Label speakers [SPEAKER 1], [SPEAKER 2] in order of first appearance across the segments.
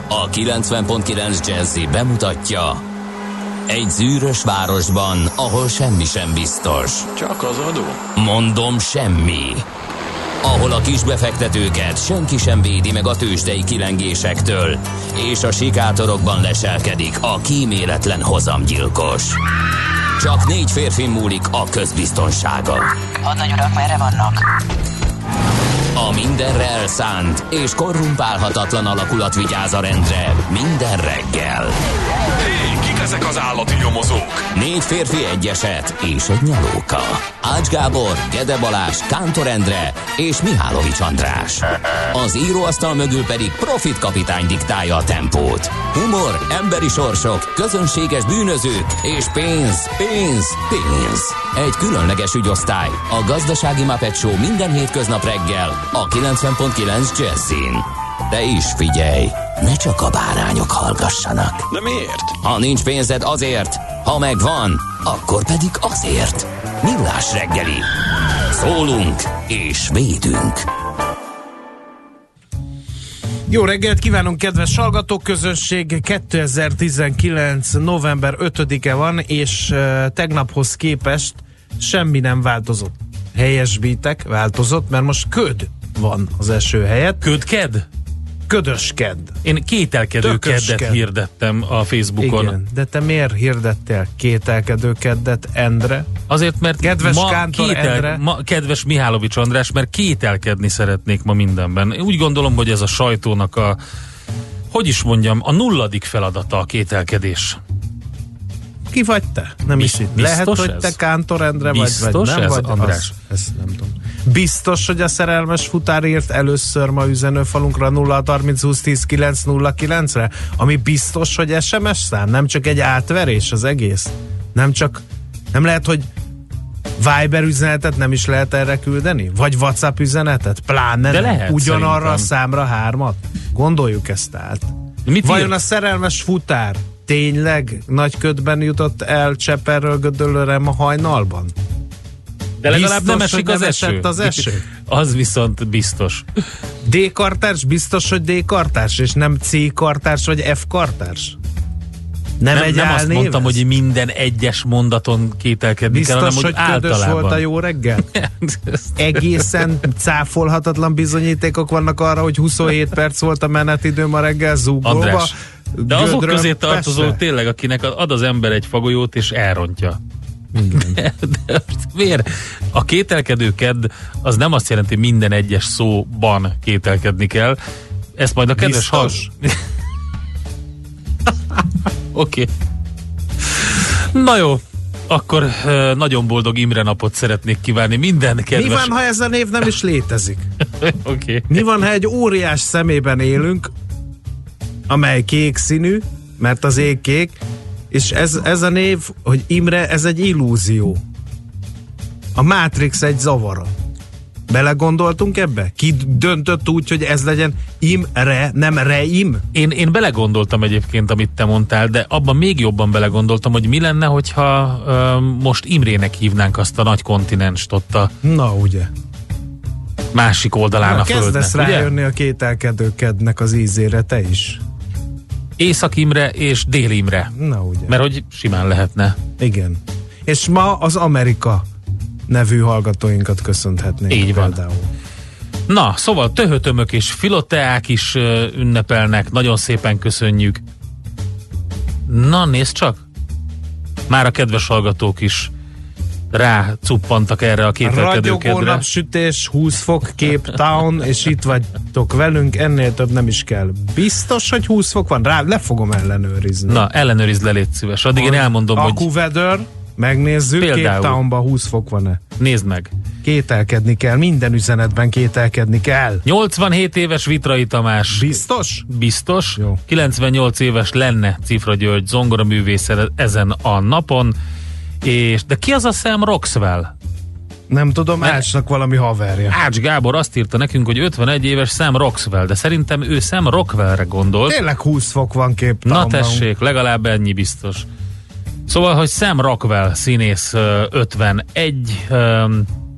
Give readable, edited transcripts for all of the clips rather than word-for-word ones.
[SPEAKER 1] A 90.9 Jazzy bemutatja: egy zűrös városban, ahol semmi sem biztos.
[SPEAKER 2] Csak az adó?
[SPEAKER 1] Mondom, semmi. Ahol a kisbefektetőket senki sem védi meg a tőzsdei kilengésektől, és a sikátorokban leselkedik a kíméletlen hozamgyilkos. Csak 4 férfin múlik a közbiztonsága.
[SPEAKER 3] Hadnagy urak, merre vannak?
[SPEAKER 1] A mindenre elszánt és korrumpálhatatlan alakulat vigyáz a rendre minden reggel.
[SPEAKER 2] Hé, kik ezek az állati nyomozók?
[SPEAKER 1] 4 férfi, egy eset és egy nyalóka. Ács Gábor, Gede Balázs, Kántor Endre és Mihálovics András. Az íróasztal mögül pedig Profit kapitány diktálja a tempót. Humor, emberi sorsok, közönséges bűnözők és pénz, pénz, pénz. Egy különleges ügyosztály, a Gazdasági Muppet Show minden hétköznap reggel a 90.9 Jazzin. De is figyelj, ne csak a bárányok hallgassanak.
[SPEAKER 2] De miért?
[SPEAKER 1] Ha nincs pénzed, azért, ha megvan, akkor pedig azért. Millás reggeli. Szólunk és védünk.
[SPEAKER 4] Jó reggelt kívánunk, kedves hallgatóközönség! 2019. november 5-e van, és tegnaphoz képest semmi nem változott. Helyesbítek, változott, mert most köd van az eső helyett.
[SPEAKER 5] Ködked?
[SPEAKER 4] Ködös kedd.
[SPEAKER 5] Én kételkedő keddet hirdettem a Facebookon.
[SPEAKER 4] Igen, de te miért hirdettél kételkedő keddet, Endre?
[SPEAKER 5] Azért, mert
[SPEAKER 4] kedves Kántor Endre.
[SPEAKER 5] Kedves Mihálovics András, mert kételkedni szeretnék ma mindenben. Úgy gondolom, hogy ez a sajtónak a, hogy is mondjam, a 0. feladata a kételkedés.
[SPEAKER 4] Ki vagy te? Nem is itt. Lehet, hogy te Kántor Endre vagy nem
[SPEAKER 5] ez,
[SPEAKER 4] vagy,
[SPEAKER 5] András?
[SPEAKER 4] Ezt nem tudom. Biztos, hogy a szerelmes futár írt először ma üzenőfalunkra 0-30-20-10-9-09-re? Ami biztos, hogy SMS szám? Nem csak egy átverés az egész? Nem lehet, hogy Viber üzenetet nem is lehet erre küldeni? Vagy WhatsApp üzenetet? Pláne
[SPEAKER 5] de
[SPEAKER 4] nem.
[SPEAKER 5] Lehet,
[SPEAKER 4] ugyanarra
[SPEAKER 5] szerintem.
[SPEAKER 4] a számra 3-at? Gondoljuk ezt át. Vajon a szerelmes futár tényleg nagy ködben jutott el Cseperről Gödöllőre ma hajnalban?
[SPEAKER 5] De legalább
[SPEAKER 4] biztos,
[SPEAKER 5] nem esik az eső.
[SPEAKER 4] Az eső.
[SPEAKER 5] Az viszont biztos.
[SPEAKER 4] D-kartárs? Biztos, hogy D-kartárs, és nem C-kartárs vagy F-kartárs? Nem
[SPEAKER 5] azt mondtam, hogy minden egyes mondaton kételkedni
[SPEAKER 4] biztos,
[SPEAKER 5] kell, hanem
[SPEAKER 4] hogy
[SPEAKER 5] általában.
[SPEAKER 4] Ködös volt a jó reggel? Egészen cáfolhatatlan bizonyítékok vannak arra, hogy 27 perc volt a menetidő ma reggel Zuglóba.
[SPEAKER 5] András, de azok közé tartozó tényleg, akinek ad az ember egy fagolyót és elrontja. De miért? A kételkedő kedd az nem azt jelenti, minden egyes szóban kételkedni kell. Ezt majd a kedves Oké. Na jó, akkor nagyon boldog Imre napot szeretnék kívánni minden kedves...
[SPEAKER 4] Mi van, ha ez a név nem is létezik?
[SPEAKER 5] Okay.
[SPEAKER 4] Mi van, ha egy óriás szemében élünk, amely kék színű, mert az ég kék, és ez a név, hogy Imre, ez egy illúzió. A Matrix egy zavara. Belegondoltunk ebbe? Ki döntött úgy, hogy ez legyen Imre, nem Reim?
[SPEAKER 5] Én belegondoltam egyébként, amit te mondtál, de abban még jobban belegondoltam, hogy mi lenne, hogyha most Imrének hívnánk azt a nagy kontinenst ott a...
[SPEAKER 4] Na, ugye?
[SPEAKER 5] Másik oldalán a földnek.
[SPEAKER 4] Kezdesz rájönni a kételkedőkednek az ízére, te is.
[SPEAKER 5] Észak-Imre és Dél-Imre.
[SPEAKER 4] Na, ugye?
[SPEAKER 5] Mert hogy simán lehetne.
[SPEAKER 4] Igen. És ma az Amerika nevű hallgatóinkat köszönhetnénk.
[SPEAKER 5] Így van.
[SPEAKER 4] Például.
[SPEAKER 5] Na, szóval töhötömök és filoteák is ünnepelnek. Nagyon szépen köszönjük. Na, nézd csak! Már a kedves hallgatók is rácuppantak erre a kételkedőkedre.
[SPEAKER 4] Ragyogó napsütés, 20 fok, Cape Town, és itt vagytok velünk, ennél több nem is kell. Biztos, hogy 20 fok van? Le fogom ellenőrizni.
[SPEAKER 5] Na, ellenőrizd le, légy szíves. Addig én elmondom, hogy...
[SPEAKER 4] AccuWeather, megnézzük, például. Cape Townban 20 fok van-e?
[SPEAKER 5] Nézd meg.
[SPEAKER 4] Kételkedni kell, minden üzenetben kételkedni kell.
[SPEAKER 5] 87 éves Vitrai Tamás.
[SPEAKER 4] Biztos?
[SPEAKER 5] Biztos.
[SPEAKER 4] Jó.
[SPEAKER 5] 98 éves lenne Cifra György zongoraművész ezen a napon. De ki az a Sam Rockwell?
[SPEAKER 4] Nem tudom, Ácsnak valami haverja.
[SPEAKER 5] Ács Gábor azt írta nekünk, hogy 51 éves Sam Rockwell, de szerintem ő Sam Rockwellre gondolt.
[SPEAKER 4] Tényleg 20 fok van Cape Townban.
[SPEAKER 5] Na tessék, legalább ennyi biztos. Szóval, hogy Sam Rockwell színész 51,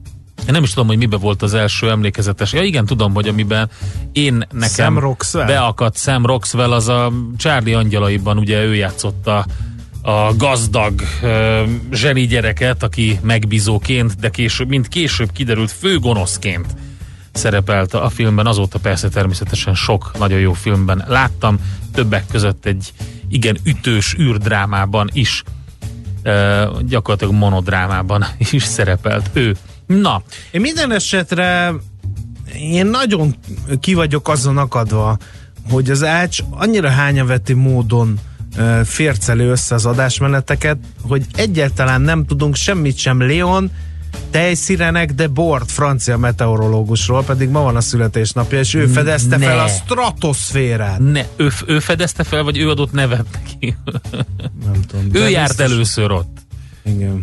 [SPEAKER 5] Én nem is tudom, hogy miben volt az első emlékezetes. Ja igen, tudom, hogy amiben nekem
[SPEAKER 4] Sam Rockwell?
[SPEAKER 5] beakadt Sam Rockwell, az a Charlie Angyalaiban, ugye ő játszotta a gazdag zseni gyereket, aki megbízóként, de később kiderült főgonoszként szerepelt a filmben. Azóta persze természetesen sok nagyon jó filmben láttam, többek között egy igen ütős űrdrámában is, gyakorlatilag monodrámában is szerepelt ő. Na.
[SPEAKER 4] Én minden esetre én nagyon ki vagyok azon akadva, hogy az Ács annyira hányaveti módon férceli össze az adásmeneteket, hogy egyáltalán nem tudunk semmit sem Leon Tejszirenek de Bort, francia meteorológusról, pedig ma van a születésnapja, és ő fedezte fel a stratoszférát.
[SPEAKER 5] Ő fedezte fel, vagy ő adott nevet neki?
[SPEAKER 4] Nem tudom.
[SPEAKER 5] Ő járt először ott.
[SPEAKER 4] Igen.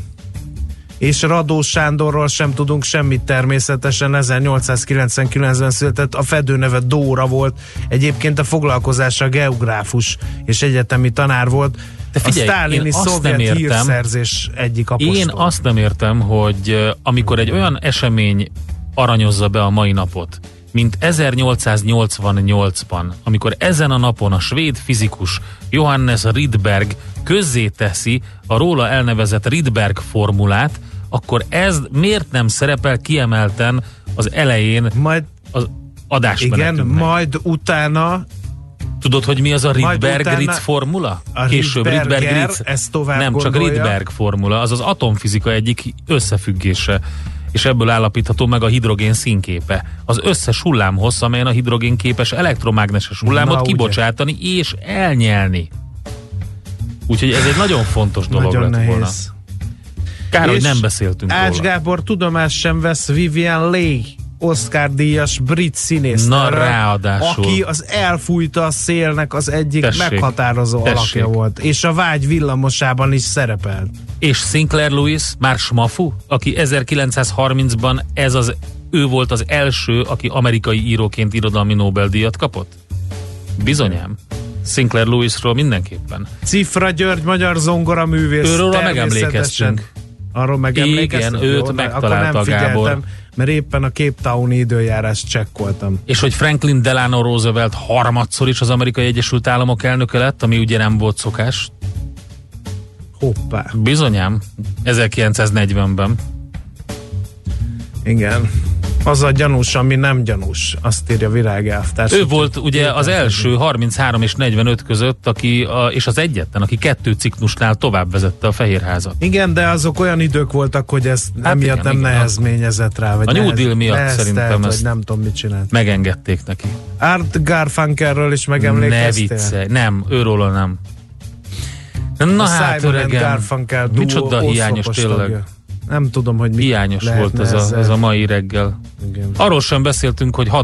[SPEAKER 4] És Radó Sándorról sem tudunk semmit természetesen, 1899-ben született, a fedőneve Dóra volt, egyébként a foglalkozása geográfus és egyetemi tanár volt.
[SPEAKER 5] De figyelj,
[SPEAKER 4] a sztálini szovjet hírszerzés egyik apostol.
[SPEAKER 5] Én azt nem értem, hogy amikor egy olyan esemény aranyozza be a mai napot, mint 1888-ban, amikor ezen a napon a svéd fizikus Johannes Rydberg közzéteszi a róla elnevezett Rydberg formulát, akkor ez miért nem szerepel kiemelten az elején
[SPEAKER 4] majd
[SPEAKER 5] az adásmenetünknek?
[SPEAKER 4] Igen, majd utána.
[SPEAKER 5] Tudod, hogy mi az a Rydberg-Ritz formula? Később Rydberg-Ritz.
[SPEAKER 4] Ezt tovább
[SPEAKER 5] nem,
[SPEAKER 4] gondolja.
[SPEAKER 5] csak Rydberg formula, az az atomfizika egyik összefüggése, és ebből állapítható meg a hidrogén színképe. Az összes hullámhossz, amelyen a hidrogén képes elektromágneses hullámot kibocsátani és elnyelni. Úgyhogy ez egy nagyon fontos dolog
[SPEAKER 4] nagyon
[SPEAKER 5] lett
[SPEAKER 4] nehéz.
[SPEAKER 5] volna. Kár, hogy nem beszéltünk róla.
[SPEAKER 4] Ács Gábor tudomást sem vesz Vivian Leigh, Oscar-díjas brit színésznőről,
[SPEAKER 5] Na ráadásul.
[SPEAKER 4] aki az Elfújta a szélnek az egyik meghatározó alakja volt, és a Vágy villamosában is szerepelt.
[SPEAKER 5] És Sinclair Lewis, már smafu, aki 1930-ban ő volt az első, aki amerikai íróként irodalmi Nobel-díjat kapott? Bizonyám. Sinclair Lewisról mindenképpen.
[SPEAKER 4] Cifra György, magyar zongoraművész.
[SPEAKER 5] Őről megemlékeztünk.
[SPEAKER 4] Arról megemlékeztünk?
[SPEAKER 5] Igen, őt megtalálta Gábor.
[SPEAKER 4] Mert éppen a Cape Towni időjárást csekkoltam.
[SPEAKER 5] És hogy Franklin Delano Roosevelt harmadszor is az Amerikai Egyesült Államok elnöke lett, ami ugye nem volt szokás.
[SPEAKER 4] Hoppá.
[SPEAKER 5] Bizonyám, 1940-ben.
[SPEAKER 4] Igen. Az a gyanús, ami nem gyanús, azt írja Virág elvtárs.
[SPEAKER 5] Ő volt ugye az első 33 és 45 között, és az egyetlen, aki 2 ciklusnál tovább vezette a Fehérházat.
[SPEAKER 4] Igen, de azok olyan idők voltak, hogy ez emiatt nem nehezményezett rá. Vagy
[SPEAKER 5] a New Deal miatt szerintem ezt
[SPEAKER 4] nem tudom, mit csinált.
[SPEAKER 5] Megengedték neki.
[SPEAKER 4] Art Garfunkelről is megemlékeztél?
[SPEAKER 5] Ne viccelj, nem, őróla nem. Na
[SPEAKER 4] a
[SPEAKER 5] hát
[SPEAKER 4] Simon
[SPEAKER 5] öregem,
[SPEAKER 4] Garfunkel
[SPEAKER 5] micsoda hiányos tényleg.
[SPEAKER 4] Tagja. Nem tudom, hogy mi
[SPEAKER 5] hiányos volt ez a mai reggel.
[SPEAKER 4] Igen.
[SPEAKER 5] Arról sem beszéltünk, hogy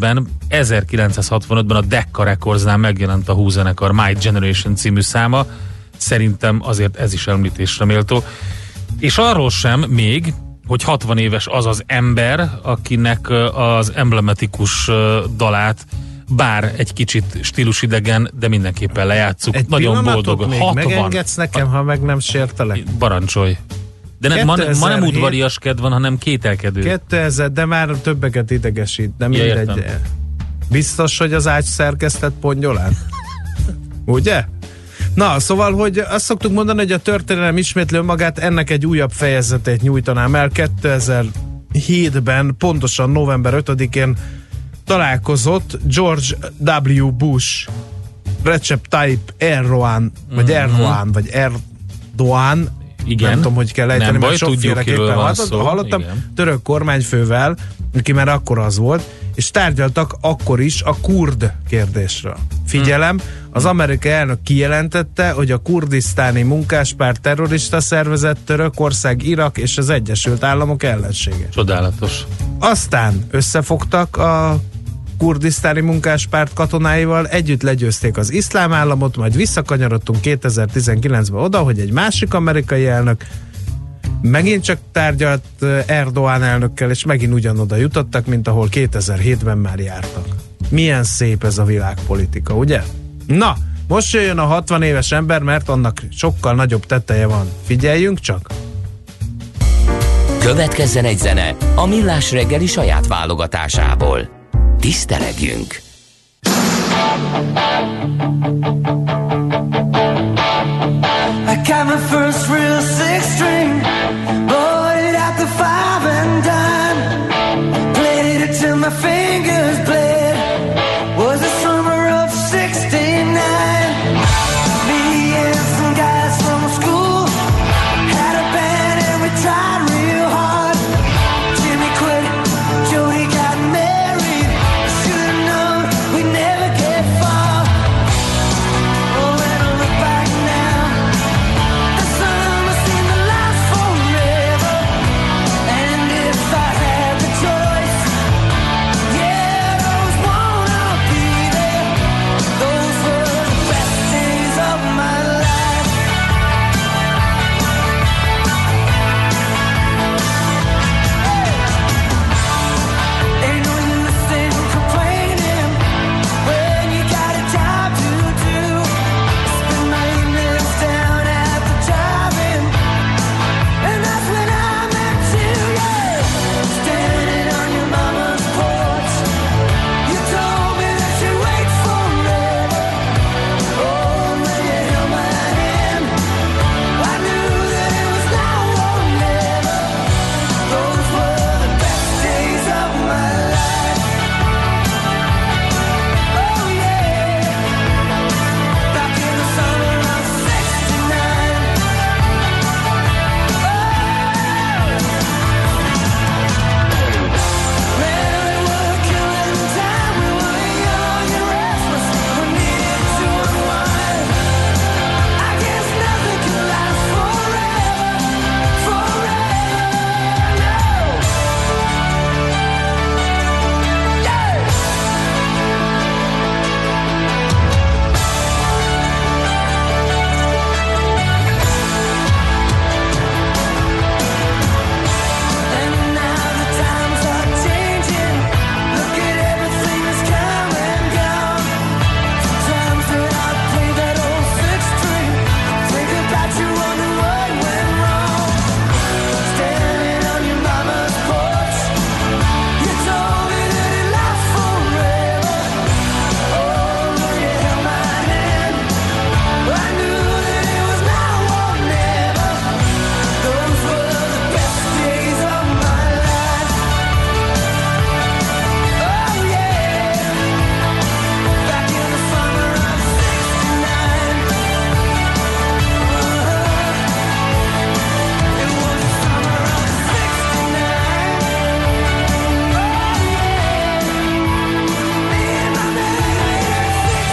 [SPEAKER 5] 1965-ben a Decca Recordsnál megjelent a Who zenekar My Generation című száma. Szerintem azért ez is említésre méltó. És arról sem még, hogy 60 éves az az ember, akinek az emblematikus dalát, bár egy kicsit stílusidegen, de mindenképpen lejátszuk.
[SPEAKER 4] Egy
[SPEAKER 5] nagyon boldog.
[SPEAKER 4] 60. Megengedsz nekem, ha meg nem sértelek?
[SPEAKER 5] Parancsolj. De ma nem udvariaskedv van, hanem kételkedő.
[SPEAKER 4] 2000, de már többeket idegesít. De mindegy.
[SPEAKER 5] Ja,
[SPEAKER 4] biztos, hogy az Ács szerkesztett pongyolán? Ugye? Na, szóval, hogy azt szoktuk mondani, hogy a történelem ismétlő magát, ennek egy újabb fejezetét nyújtanám el. 2007-ben, pontosan november 5-én találkozott George W. Bush, Recep Tayyip Erdoğan, vagy Erdoğan, vagy Erdoğan,
[SPEAKER 5] igen.
[SPEAKER 4] Nem tudom, hogy kell ejteni, mert sokféleképpen hallottam, török kormányfővel, aki már akkor az volt, és tárgyaltak akkor is a kurd kérdésről. Figyelem, az amerikai elnök kijelentette, hogy a kurdisztáni munkáspárt terrorista szervezet, Törökország, Irak és az Egyesült Államok ellensége.
[SPEAKER 5] Csodálatos.
[SPEAKER 4] Aztán összefogtak a kurdisztáni munkáspárt katonáival, együtt legyőzték az iszlám államot, majd visszakanyarodtunk 2019-ben oda, hogy egy másik amerikai elnök megint csak tárgyalt Erdoğan elnökkel, és megint ugyanoda jutottak, mint ahol 2007-ben már jártak. Milyen szép ez a világpolitika, ugye? Na, most jöjjön a 60 éves ember, mert annak sokkal nagyobb teteje van. Figyeljünk csak!
[SPEAKER 1] Következzen egy zene a Millás reggeli saját válogatásából. Tisztelegjünk!
[SPEAKER 6] I got my first real six string, bought it at the five and dime, played it till my fingers bled. Was the summer of '69. Me and some guys from school had a band and we tried real hard. Jimmy quit, Jody got married. Should've known we'd never get far. Oh, when I look back now, the summer seemed to last forever. And if I had the choice, yeah, I always wanna be there. Those were the best days of my life. Ain't no use in complaining when you got a job to do. Spend my evenings down at the drive-in, and that's when I met you, yeah. Standing on your mama's porch, you told me that you'd wait forever. Oh, when you held my hand, I knew that it was now or never. Those were the best days of my life. Oh yeah, back in the summer of '69. Man, we were killing time. We were young and restless. We needed to unwind. I guess nothing can last forever, forever. No. Yeah. And now the times are changing. Look at everything that's come and gone. Sometimes when I play that old six string, think about you, wonder what went wrong. Standing on your mama's porch, you told me that it lasts forever. Oh, when you held my hand, I knew that it was now or never. Those were the best days of my life. Oh yeah, back in the summer of '69. It was the summer of '69. Oh yeah, me and my baby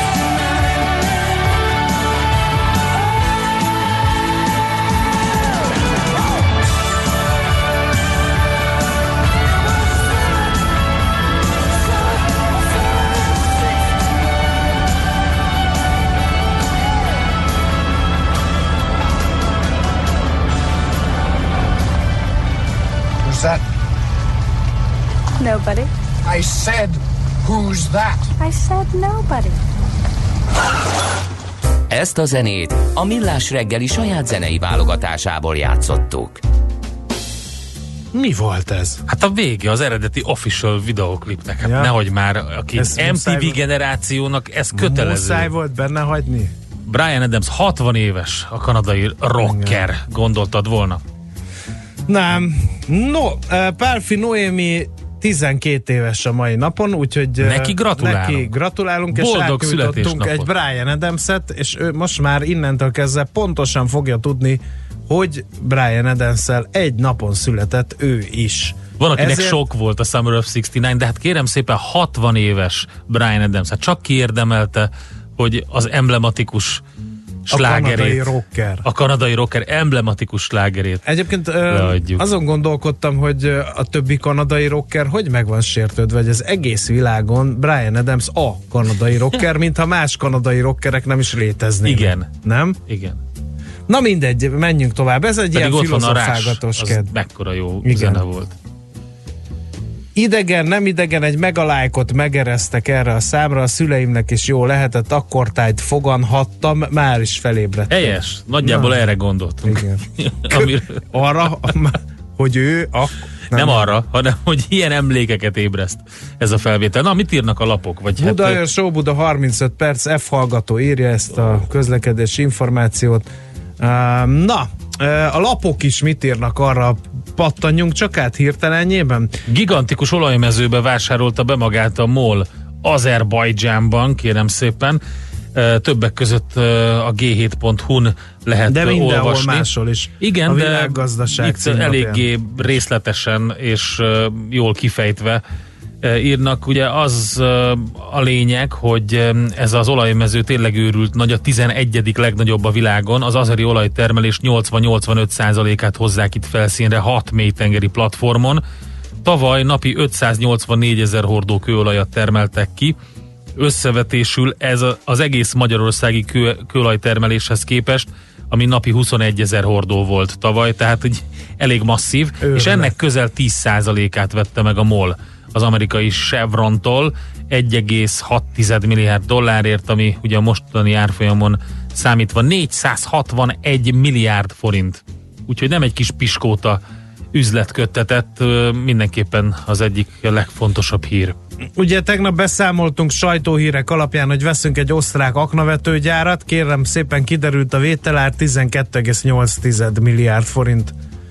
[SPEAKER 7] Who's that?
[SPEAKER 8] Nobody.
[SPEAKER 7] I said, who's that?
[SPEAKER 8] I said nobody.
[SPEAKER 1] Ezt a zenét a Millás reggeli saját zenei válogatásából játszottuk.
[SPEAKER 4] Mi volt ez?
[SPEAKER 5] Hát a vége, az eredeti official videoklipnek. Hát
[SPEAKER 4] Ja.
[SPEAKER 5] nehogy már, aki
[SPEAKER 4] Ez muszáj
[SPEAKER 5] MTV
[SPEAKER 4] volt-
[SPEAKER 5] generációnak, ez kötelező.
[SPEAKER 4] Muszáj volt benne hagyni?
[SPEAKER 5] Bryan Adams 60 éves, a kanadai rocker, gondoltad volna?
[SPEAKER 4] Nem. No, Pálfi Noémi 12 éves a mai napon, úgyhogy
[SPEAKER 5] Neki gratulálunk.
[SPEAKER 4] Neki gratulálunk, és
[SPEAKER 5] Boldog
[SPEAKER 4] átnyújtottunk
[SPEAKER 5] születésnapot.
[SPEAKER 4] egy Bryan Adamset, és ő most már innentől kezdve pontosan fogja tudni, hogy Bryan Adamssel egy napon született ő is.
[SPEAKER 5] Van, akinek sok volt a Summer of '69, de hát kérem szépen 60 éves Bryan Adams, hát csak kiérdemelte, hogy az emblematikus slágerét, a kanadai rocker emblematikus slágerét
[SPEAKER 4] Egyébként
[SPEAKER 5] leadjuk.
[SPEAKER 4] azon gondolkodtam, hogy a többi kanadai rocker hogy meg van sértődve, hogy az egész világon Bryan Adams a kanadai rocker, mintha más kanadai rockerek nem is léteznének.
[SPEAKER 5] Igen.
[SPEAKER 4] Nem?
[SPEAKER 5] Igen.
[SPEAKER 4] Na mindegy, menjünk tovább. Ez egy
[SPEAKER 5] Pedig
[SPEAKER 4] ilyen
[SPEAKER 5] ott van a Rush,
[SPEAKER 4] filozofálgatós
[SPEAKER 5] az
[SPEAKER 4] kedv.
[SPEAKER 5] mekkora jó
[SPEAKER 4] Igen.
[SPEAKER 5] zene volt.
[SPEAKER 4] Idegen, nem idegen, egy megalájkot megereztek erre a számra, a szüleimnek is jó lehetett, akkor tájt foganhattam, már is felébredtem.
[SPEAKER 5] Helyes, nagyjából erre gondoltunk.
[SPEAKER 4] Igen.
[SPEAKER 5] Amiről...
[SPEAKER 4] Arra, hogy ő
[SPEAKER 5] nem arra, hanem hogy ilyen emlékeket ébreszt ez a felvétel. Na, mit írnak a lapok? Vagy
[SPEAKER 4] Budaörs, Óbuda 35 perc, F hallgató írja ezt a közlekedési információt. A lapok is mit írnak, arra pattanjunk csak át hirtelenjében.
[SPEAKER 5] Gigantikus olajmezőbe vásárolta be magát a MOL Azerbajdzsánban, kérem szépen. Többek között a G7.hu-n lehet
[SPEAKER 4] de mindenhol
[SPEAKER 5] olvasni.
[SPEAKER 4] Máshol is.
[SPEAKER 5] Igen,
[SPEAKER 4] a világgazdaság
[SPEAKER 5] itt eléggé részletesen és jól kifejtve írnak. Ugye az a lényeg, hogy ez az olajmező tényleg őrült nagy, a 11. legnagyobb a világon. Az azeri olajtermelés 80-85%-át hozzák itt felszínre 6 mélytengeri platformon. Tavaly napi 584 000 hordó kőolajat termeltek ki. Összevetésül ez az egész magyarországi kőolajtermeléshez képest, ami napi 21 000 hordó volt tavaly, tehát egy elég masszív, és ennek közel 10%-át vette meg a MOL az amerikai Chevrontól 1,6 milliárd dollárért, ami ugye a mostani árfolyamon számítva 461 milliárd forint. Úgyhogy nem egy kis piskóta üzletköttetett, mindenképpen az egyik legfontosabb hír.
[SPEAKER 4] Ugye tegnap beszámoltunk sajtóhírek alapján, hogy veszünk egy osztrák aknavetőgyárat, kérem szépen kiderült a vételár, 12,8 milliárd forint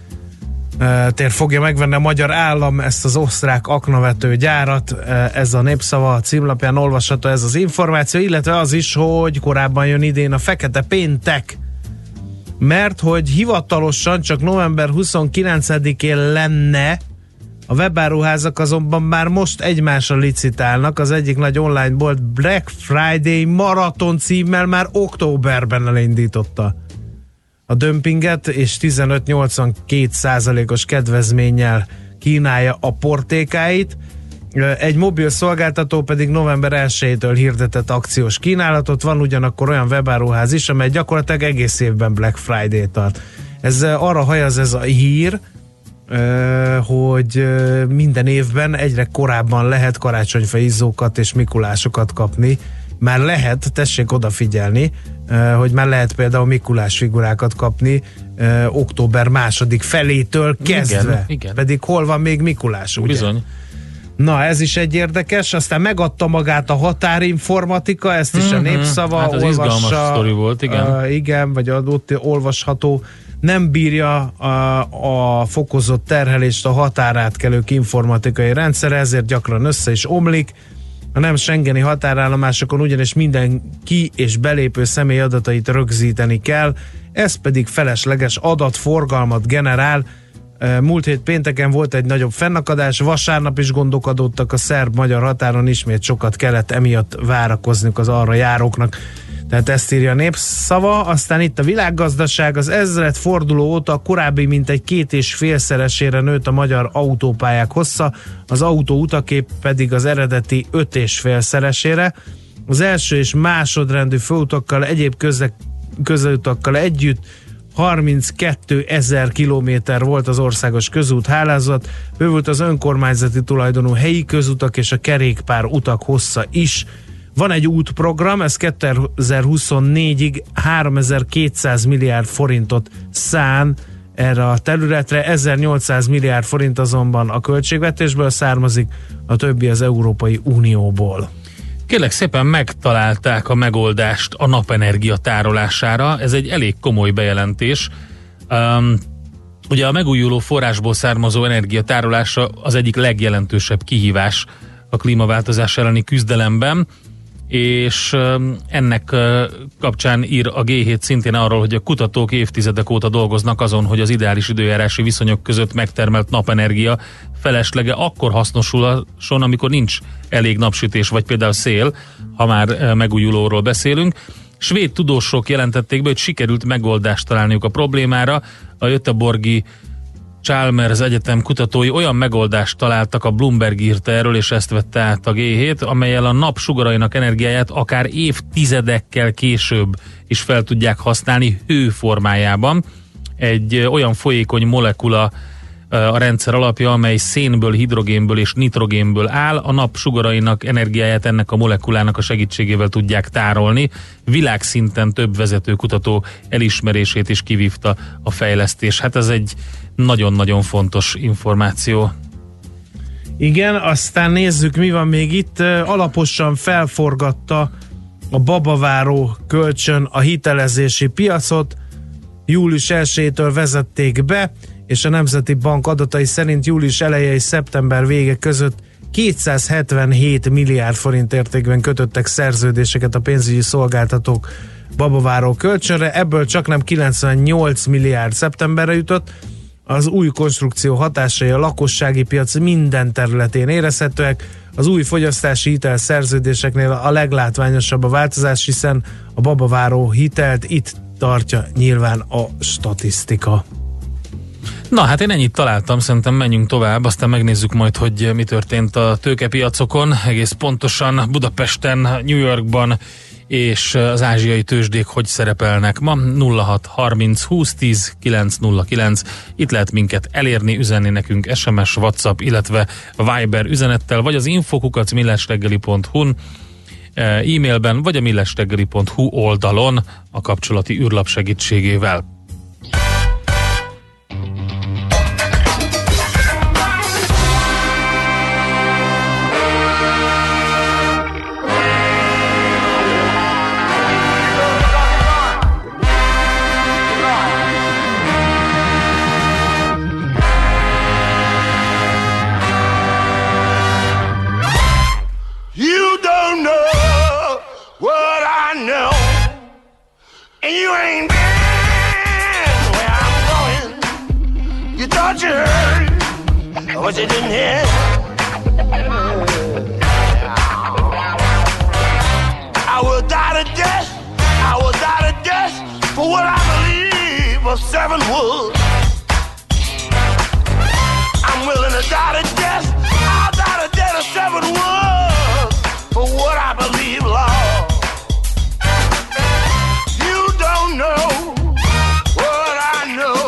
[SPEAKER 4] tér fogja megvenni a magyar állam ezt az osztrák aknavetőgyárat, ez a Népszava a címlapján olvasható ez az információ, illetve az is, hogy korábban jön idén a Fekete Péntek, mert hogy hivatalosan csak november 29-én lenne, a webáruházak azonban már most egymásra licitálnak, az egyik nagy online bolt Black Friday Marathon címmel már októberben elindította a dömpinget, és 15-82%-os kedvezménnyel kínálja a portékáit. Egy mobil szolgáltató pedig november 1-től hirdetett akciós kínálatot, van ugyanakkor olyan webáruház is, amely gyakorlatilag egész évben Black Friday tart. Ez arra hajaz ez a hír, hogy minden évben egyre korábban lehet karácsonyfa izzókat és mikulásokat kapni. Már lehet, tessék odafigyelni, hogy már lehet például Mikulás figurákat kapni október 2. felétől kezdve. Igen. Pedig hol van még Mikulás, ugye?
[SPEAKER 5] Bizony.
[SPEAKER 4] Na, ez is egy érdekes, aztán megadta magát a határinformatika, ezt is a Népszava
[SPEAKER 5] hát az
[SPEAKER 4] olvassa.
[SPEAKER 5] Izgalmas sztori volt, igen.
[SPEAKER 4] Igen, vagy ott olvasható. Nem bírja a fokozott terhelést a határátkelők informatikai rendszer, ezért gyakran össze is omlik. A nem schengeni határállomásokon ugyanis minden ki- és belépő személy adatait rögzíteni kell, ez pedig felesleges adatforgalmat generál. Múlt hét pénteken volt egy nagyobb fennakadás, vasárnap is gondok adódtak a szerb-magyar határon, ismét sokat kellett emiatt várakozniuk az arra járóknak. Tehát ezt írja a Népszava, aztán itt a világgazdaság, az ezredforduló óta a korábbi mintegy 2,5-szeresére nőtt a magyar autópályák hossza, az autóutakép pedig az eredeti 5,5-szeresére. Az első és másodrendű főutakkal, egyéb közútakkal együtt 32 000 kilométer volt az országos közúthálózat, bővült az önkormányzati tulajdonú helyi közutak és a kerékpár utak hossza is. Van egy útprogram, ez 2024-ig 3200 milliárd forintot szán erre a területre, 1800 milliárd forint azonban a költségvetésből származik, a többi az Európai Unióból.
[SPEAKER 5] Kérlek szépen megtalálták a megoldást a napenergia tárolására, ez egy elég komoly bejelentés. Ugye a megújuló forrásból származó energia tárolása az egyik legjelentősebb kihívás a klímaváltozás elleni küzdelemben, és ennek kapcsán ír a G7 szintén arról, hogy a kutatók évtizedek óta dolgoznak azon, hogy az ideális időjárási viszonyok között megtermelt napenergia feleslege akkor hasznosulhasson, amikor nincs elég napsütés, vagy például szél, ha már megújulóról beszélünk. Svéd tudósok jelentették be, hogy sikerült megoldást találniuk a problémára. A Göteborgi Chalmers Egyetem kutatói olyan megoldást találtak, a Bloomberg írta erről, és ezt vette át a G7, amellyel a nap sugarainak energiáját akár évtizedekkel később is fel tudják használni hő formájában. Egy olyan folyékony molekula a rendszer alapja, amely szénből, hidrogénből és nitrogénből áll. A nap sugarainak energiáját ennek a molekulának a segítségével tudják tárolni. Világszinten több vezetőkutató elismerését is kivívta a fejlesztés. Hát ez egy nagyon-nagyon fontos információ.
[SPEAKER 4] Igen, aztán nézzük, mi van még itt. Alaposan felforgatta a babaváró kölcsön a hitelezési piacot. Július 1-től vezették be, és a Nemzeti Bank adatai szerint július eleje és szeptember vége között 277 milliárd forint értékben kötöttek szerződéseket a pénzügyi szolgáltatók babaváró kölcsönre, ebből csaknem 98 milliárd szeptemberre jutott. Az új konstrukció hatásai a lakossági piac minden területén érezhetőek. Az új fogyasztási hitel szerződéseknél a leglátványosabb a változás, hiszen a babaváró hitelt itt tartja nyilván a statisztika.
[SPEAKER 5] Na hát én ennyit találtam, szerintem menjünk tovább, aztán megnézzük majd, hogy mi történt a tőkepiacokon, egész pontosan Budapesten, New Yorkban és az ázsiai tőzsdék hogy szerepelnek ma. 06 30 20 10 909, itt lehet minket elérni, üzenni nekünk SMS, WhatsApp, illetve Viber üzenettel, vagy az info@millásreggeli.hu-n e-mailben, vagy a millásreggeli.hu oldalon a kapcsolati űrlap segítségével.
[SPEAKER 6] What you didn't hear? I will die to death. I will die to death for what I believe of seven wood. I'm willing to die to death. I'll die to death of seven wood for what I believe, Lord. You don't know what I know.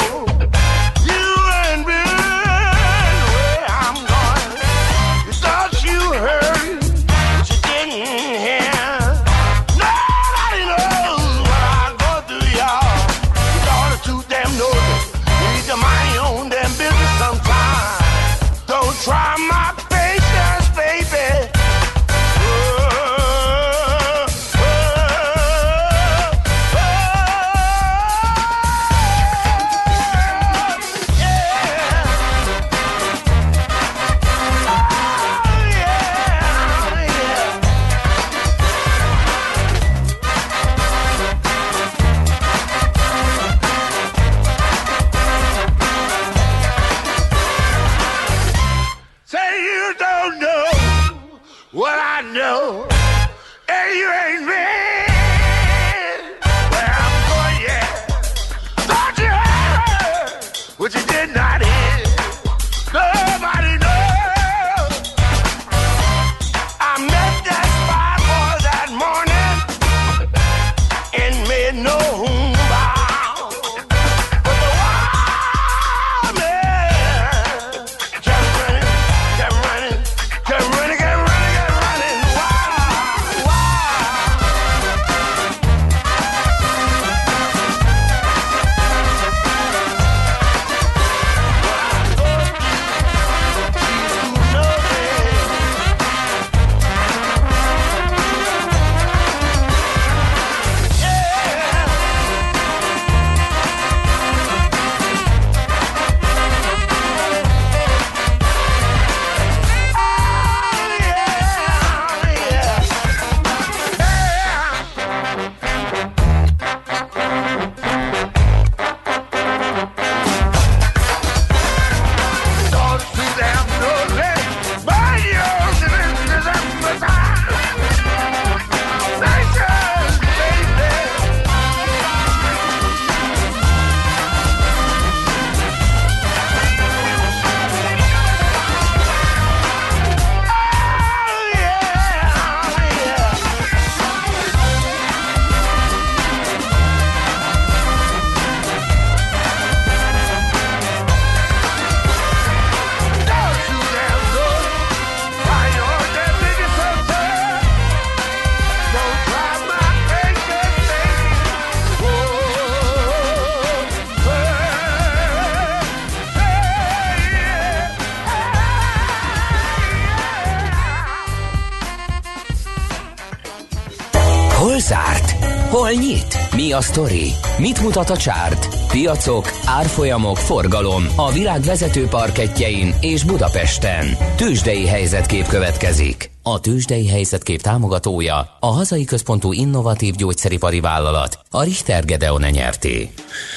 [SPEAKER 1] Hol zárt? Hol nyit? Mi a sztori? Mit mutat a csárt? Piacok, árfolyamok, forgalom a világ vezető parkettjein és Budapesten. Tőzsdei helyzetkép következik. A Tőzsdei helyzetkép támogatója a hazai központú innovatív gyógyszeripari vállalat, a Richter Gedeon nyerté.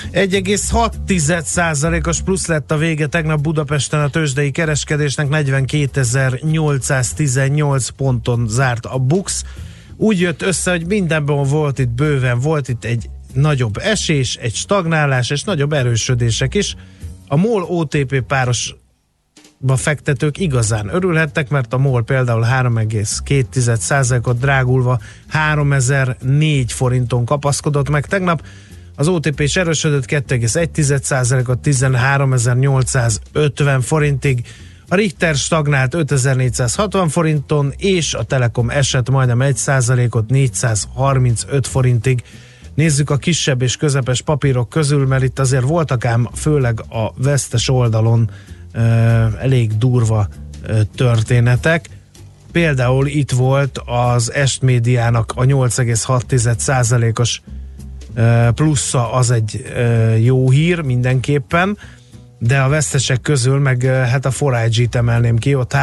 [SPEAKER 4] 1,6%-os plusz lett a vége tegnap Budapesten a tőzsdei kereskedésnek, 42.818 ponton zárt a BUX. Úgy jött össze, hogy mindenben volt itt bőven, volt itt egy nagyobb esés, egy stagnálás és nagyobb erősödések is. A MOL OTP páros fektetők igazán örülhettek, mert a MOL például 3,2%-ot drágulva 3004 forinton kapaszkodott meg tegnap. Az OTP is erősödött 2,1%-ot 13.850 forintig. A Richter stagnált 5460 forinton, és a Telekom esett majdnem 1%-ot 435 forintig. Nézzük a kisebb és közepes papírok közül, mert itt azért voltak ám főleg a vesztes oldalon elég durva történetek. Például itt volt az Est Médiának a 8,6%-os plusza, az egy jó hír mindenképpen, de a vesztesek közül meg hát a 4iG-t emelném ki, ott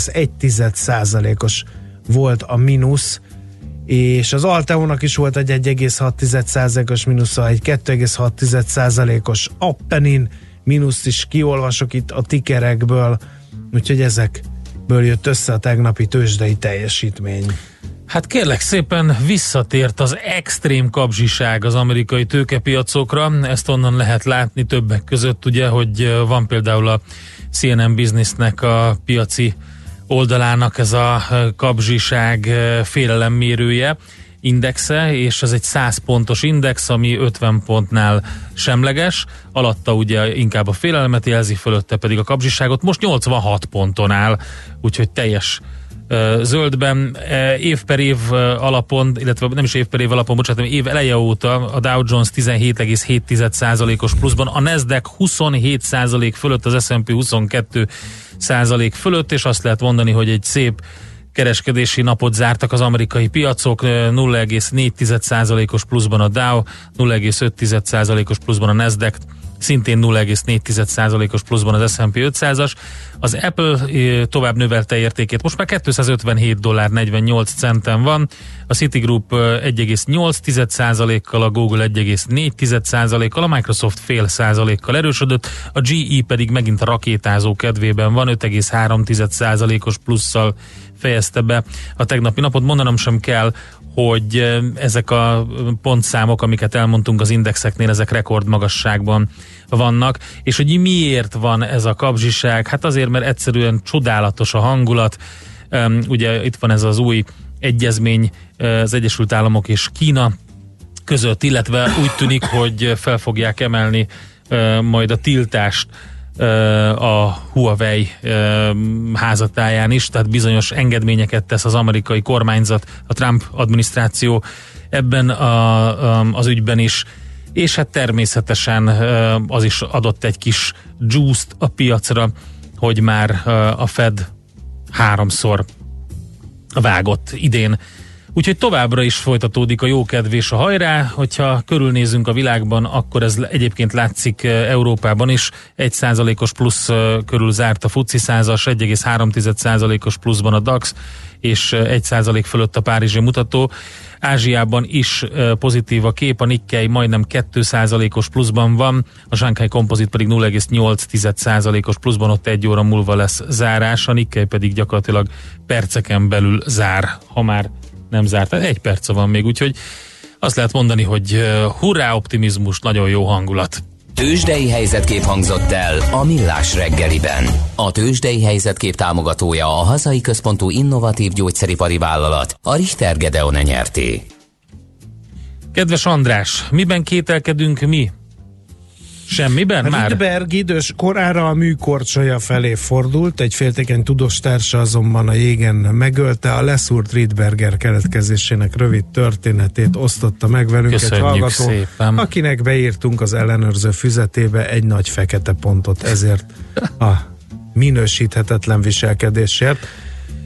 [SPEAKER 4] 3,1%-os volt a mínusz, és az Alteónak is volt egy 1,6%-os mínusza, egy 2,6%-os Appenin mínuszt is kiolvasok itt a tickerekből, úgyhogy ezekből jött össze a tegnapi tőzsdei teljesítmény.
[SPEAKER 5] Hát kérlek szépen, visszatért az extrém kapzsiság az amerikai tőkepiacokra, ezt onnan lehet látni többek között, ugye, hogy van például a CNN Businessnek a piaci oldalának ez a kapzsiság félelemmérője, indexe, és ez egy 100 pontos index, ami 50 pontnál semleges, alatta ugye inkább a félelmet jelzi, fölötte pedig a kapzsiságot, most 86 ponton áll, úgyhogy teljes zöldben, év per év alapon, illetve nem is év per év alapon, bocsánat, év eleje óta a Dow Jones 17,7%-os pluszban, a Nasdaq 27% fölött, az S&P 22% fölött, és azt lehet mondani, hogy egy szép kereskedési napot zártak az amerikai piacok, 0,4%-os pluszban a Dow, 0,5%-os pluszban a Nasdaq, szintén 0,4%-os pluszban az S&P 500-as. Az Apple tovább növelte értékét, most már $255,48 van, a Citigroup 1,8%-kal, a Google 1,4%-kal, a Microsoft fél százalékkal erősödött, a GE pedig megint a rakétázó kedvében van, 5,3%-os plusszal fejezte be a tegnapi napot. Mondanom sem kell, hogy ezek a pontszámok, amiket elmondtunk az indexeknél, ezek rekordmagasságban vannak, és hogy miért van ez a kapzsiság? Hát azért, mert egyszerűen csodálatos a hangulat. Ugye itt van ez az új egyezmény az Egyesült Államok és Kína között, illetve úgy tűnik, hogy fel fogják emelni majd a tiltást a Huawei házatáján is, tehát bizonyos engedményeket tesz az amerikai kormányzat, a Trump adminisztráció ebben az ügyben is, és hát természetesen az is adott egy kis juice-t a piacra, hogy már a Fed 3-szor vágott idén. Úgyhogy továbbra is folytatódik a jókedv és a hajrá, hogyha körülnézünk a világban, akkor ez egyébként látszik Európában is, 1%-os plusz körül zárt a FTSE 100-as, 1,3%-os pluszban a DAX, és 1% fölött a párizsi mutató. Ázsiában is pozitív a kép, a Nikkei majdnem 2%-os pluszban van, a Shanghai Composite pedig 0,8%-os pluszban, ott 1 óra múlva lesz zárás, a Nikkei pedig gyakorlatilag perceken belül zár, ha már nem zárt. 1 perce van még, úgyhogy azt lehet mondani, hogy hurrá optimizmus, nagyon jó hangulat.
[SPEAKER 1] Tőzsdei helyzetkép hangzott el a Millás reggeliben. A Tőzsdei helyzetkép támogatója a hazai központú innovatív gyógyszeripari vállalat, a Richter Gedeon nyerté.
[SPEAKER 5] Kedves András, miben kételkedünk mi? Semmiben már?
[SPEAKER 4] Rydberg idős korára a műkorcsolya felé fordult, egy féltékeny tudós társa azonban a jégen megölte. A leszúrt Rydberger keletkezésének rövid történetét osztotta meg velünk.
[SPEAKER 5] Köszönjük
[SPEAKER 4] egy hallgató,
[SPEAKER 5] szépen.
[SPEAKER 4] akinek beírtunk az ellenőrző füzetébe egy nagy fekete pontot, ezért a minősíthetetlen viselkedésért.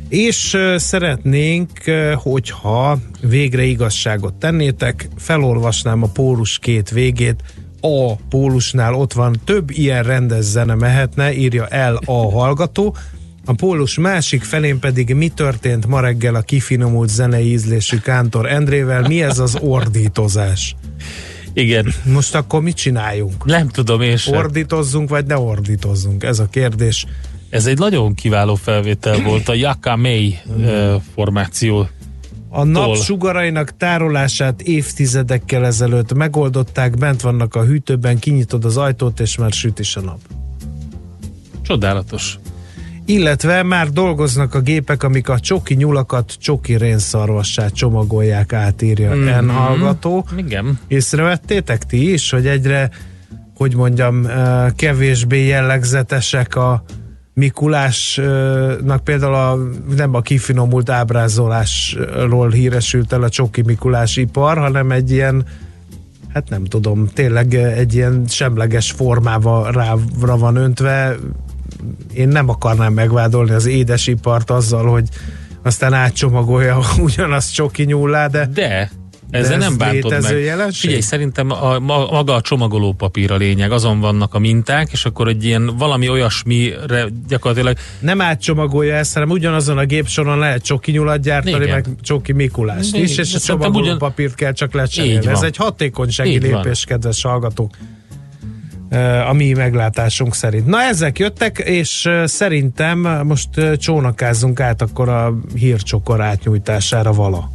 [SPEAKER 4] És szeretnénk, hogyha végre igazságot tennétek, felolvasnám a pólus két végét. A pólusnál ott van, több ilyen rendes zene mehetne, írja el a hallgató. A pólus másik felén pedig mi történt ma reggel a kifinomult zenei ízlésű Kántor Endrével, mi ez az ordítozás?
[SPEAKER 5] Igen.
[SPEAKER 4] Most akkor mit csináljunk?
[SPEAKER 5] Nem tudom én sem.
[SPEAKER 4] Ordítozzunk, vagy ne ordítozzunk? Ez a kérdés.
[SPEAKER 5] Ez egy nagyon kiváló felvétel volt a Yaka May formáció.
[SPEAKER 4] A napsugarainak tárolását évtizedekkel ezelőtt megoldották, bent vannak a hűtőben, kinyitod az ajtót, és már süt is a nap.
[SPEAKER 5] Csodálatos.
[SPEAKER 4] Illetve már dolgoznak a gépek, amik a csoki nyulakat csoki rénszarvassá csomagolják, átírja N hallgató.
[SPEAKER 5] Igen.
[SPEAKER 4] Észrevettétek ti is, hogy egyre, hogy mondjam, kevésbé jellegzetesek a Mikulásnak például nem a kifinomult ábrázolásról híresült el a csoki Mikulás ipar, hanem egy ilyen, hát nem tudom, tényleg egy ilyen semleges formával rá van öntve. Én nem akarnám megvádolni az édesipart azzal, hogy aztán átcsomagolja ugyanazt csoki nyúllá, de
[SPEAKER 5] ezzel nem bántod meg.
[SPEAKER 4] Jelenség?
[SPEAKER 5] Figyelj, szerintem maga a csomagolópapír a lényeg, azon vannak a minták, és akkor egy ilyen valami olyasmire gyakorlatilag...
[SPEAKER 4] Nem átcsomagolja ezt, hanem ugyanazon a gépsoron lehet csoki nyulat gyártani, meg csoki Mikulást is, és a csomagolópapírt kell csak lecserélni. Ez egy hatékonysági lépés, kedves hallgatók, a mi meglátásunk szerint. Na, ezek jöttek, és szerintem most csónakázzunk át akkor a hírcsokor átnyújtására vala.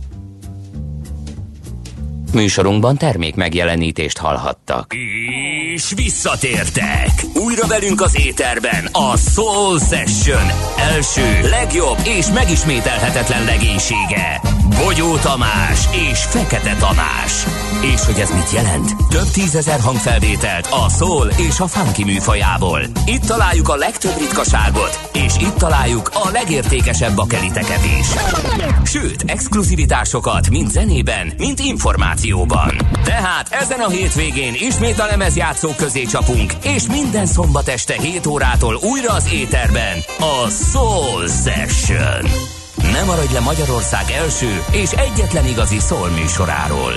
[SPEAKER 1] Műsorunkban termék megjelenítést hallhattak. És visszatértek! Újra velünk az éterben a Soul Session első, legjobb és megismételhetetlen legénysége. Bogyó Tamás és Fekete Tamás. És hogy ez mit jelent? Több 10 000 hangfelvételt a soul és a funky műfajából. Itt találjuk a legtöbb ritkaságot, és itt találjuk a legértékesebb bakeliteket is. Sőt, exkluzivitásokat mind zenében, mind információban. Tehát ezen a hétvégén ismét a lemezjátszók közé csapunk, és minden szombat este 7 órától újra az éterben a Soul Session. Ne maradj le Magyarország első és egyetlen igazi soul műsoráról.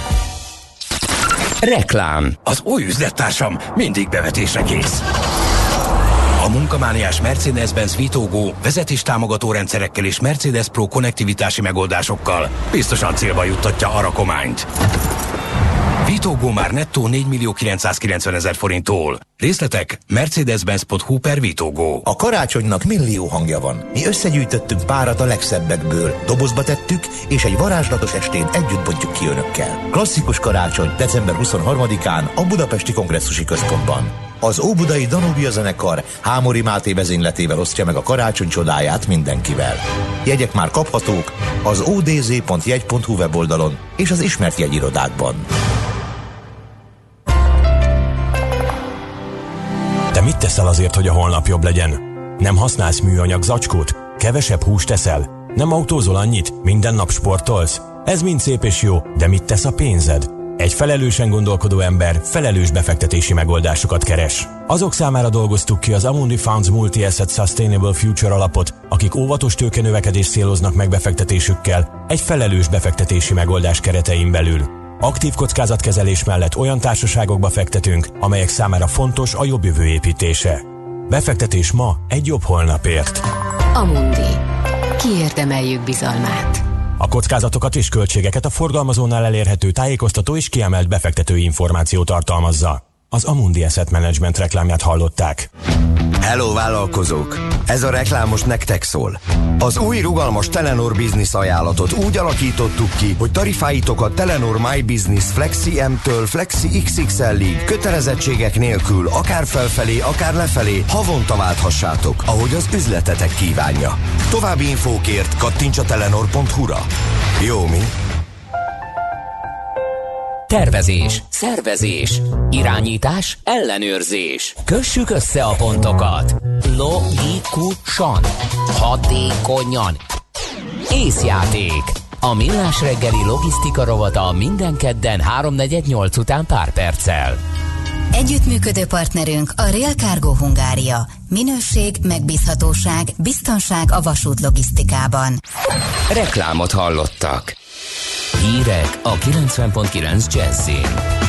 [SPEAKER 1] Reklám.
[SPEAKER 8] Az új üzlettársam mindig bevetésre kész. A munkamániás Mercedes-Benz Vitogo vezetéstámogató rendszerekkel és Mercedes Pro konnektivitási megoldásokkal biztosan célba juttatja a rakományt. Vitogo már nettó 4.990.000 forinttól. Részletek mercedes-benz.hu/Vitogo.
[SPEAKER 9] A karácsonynak millió hangja van. Mi összegyűjtöttünk párat a legszebbekből, dobozba tettük, és egy varázslatos estén együtt bontjuk ki önökkel. Klasszikus karácsony december 23-án a Budapesti Kongresszusi Központban. Az óbudai Danubia zenekar Hámori Máté vezényletével osztja meg a karácsony csodáját mindenkivel. Jegyek már kaphatók az odz.jegy.hu weboldalon és az ismert jegyirodákban.
[SPEAKER 10] Te mit teszel azért, hogy a holnap jobb legyen? Nem használsz műanyag zacskót? Kevesebb húst teszel? Nem autózol annyit? Minden nap sportolsz? Ez mind szép és jó, de mit tesz a pénzed? Egy felelősen gondolkodó ember felelős befektetési megoldásokat keres. Azok számára dolgoztuk ki az Amundi Funds Multi-Asset Sustainable Future alapot, akik óvatos tőkenövekedést céloznak meg befektetésükkel egy felelős befektetési megoldás keretein belül. Aktív kockázatkezelés mellett olyan társaságokba fektetünk, amelyek számára fontos a jobb jövő építése. Befektetés ma egy jobb holnapért.
[SPEAKER 11] Amundi. Kiérdemeljük bizalmát.
[SPEAKER 10] A kockázatokat és költségeket a forgalmazónál elérhető tájékoztató és kiemelt befektetői információ tartalmazza. Az Amundi Asset Management reklámját hallották.
[SPEAKER 12] Hello vállalkozók! Ez a reklám most nektek szól. Az új rugalmas Telenor Business ajánlatot úgy alakítottuk ki, hogy tarifáitokat Telenor My Business Flexi M-től Flexi XXL-ig kötelezettségek nélkül akár felfelé, akár lefelé havonta válthassátok, ahogy az üzletetek kívánja. További infókért kattints a telenor.hu-ra. Jó mi?
[SPEAKER 1] Tervezés, szervezés, irányítás, ellenőrzés. Kössük össze a pontokat. Logikusan, hatékonyan. Észjáték. A Millás reggeli logisztika rovata minden kedden 3:48 után pár perccel.
[SPEAKER 11] Együttműködő partnerünk a Rail Cargo Hungária. Minőség, megbízhatóság, biztonság a vasút logisztikában.
[SPEAKER 1] Reklámot hallottak. Hírek a 90.9 Jazzin.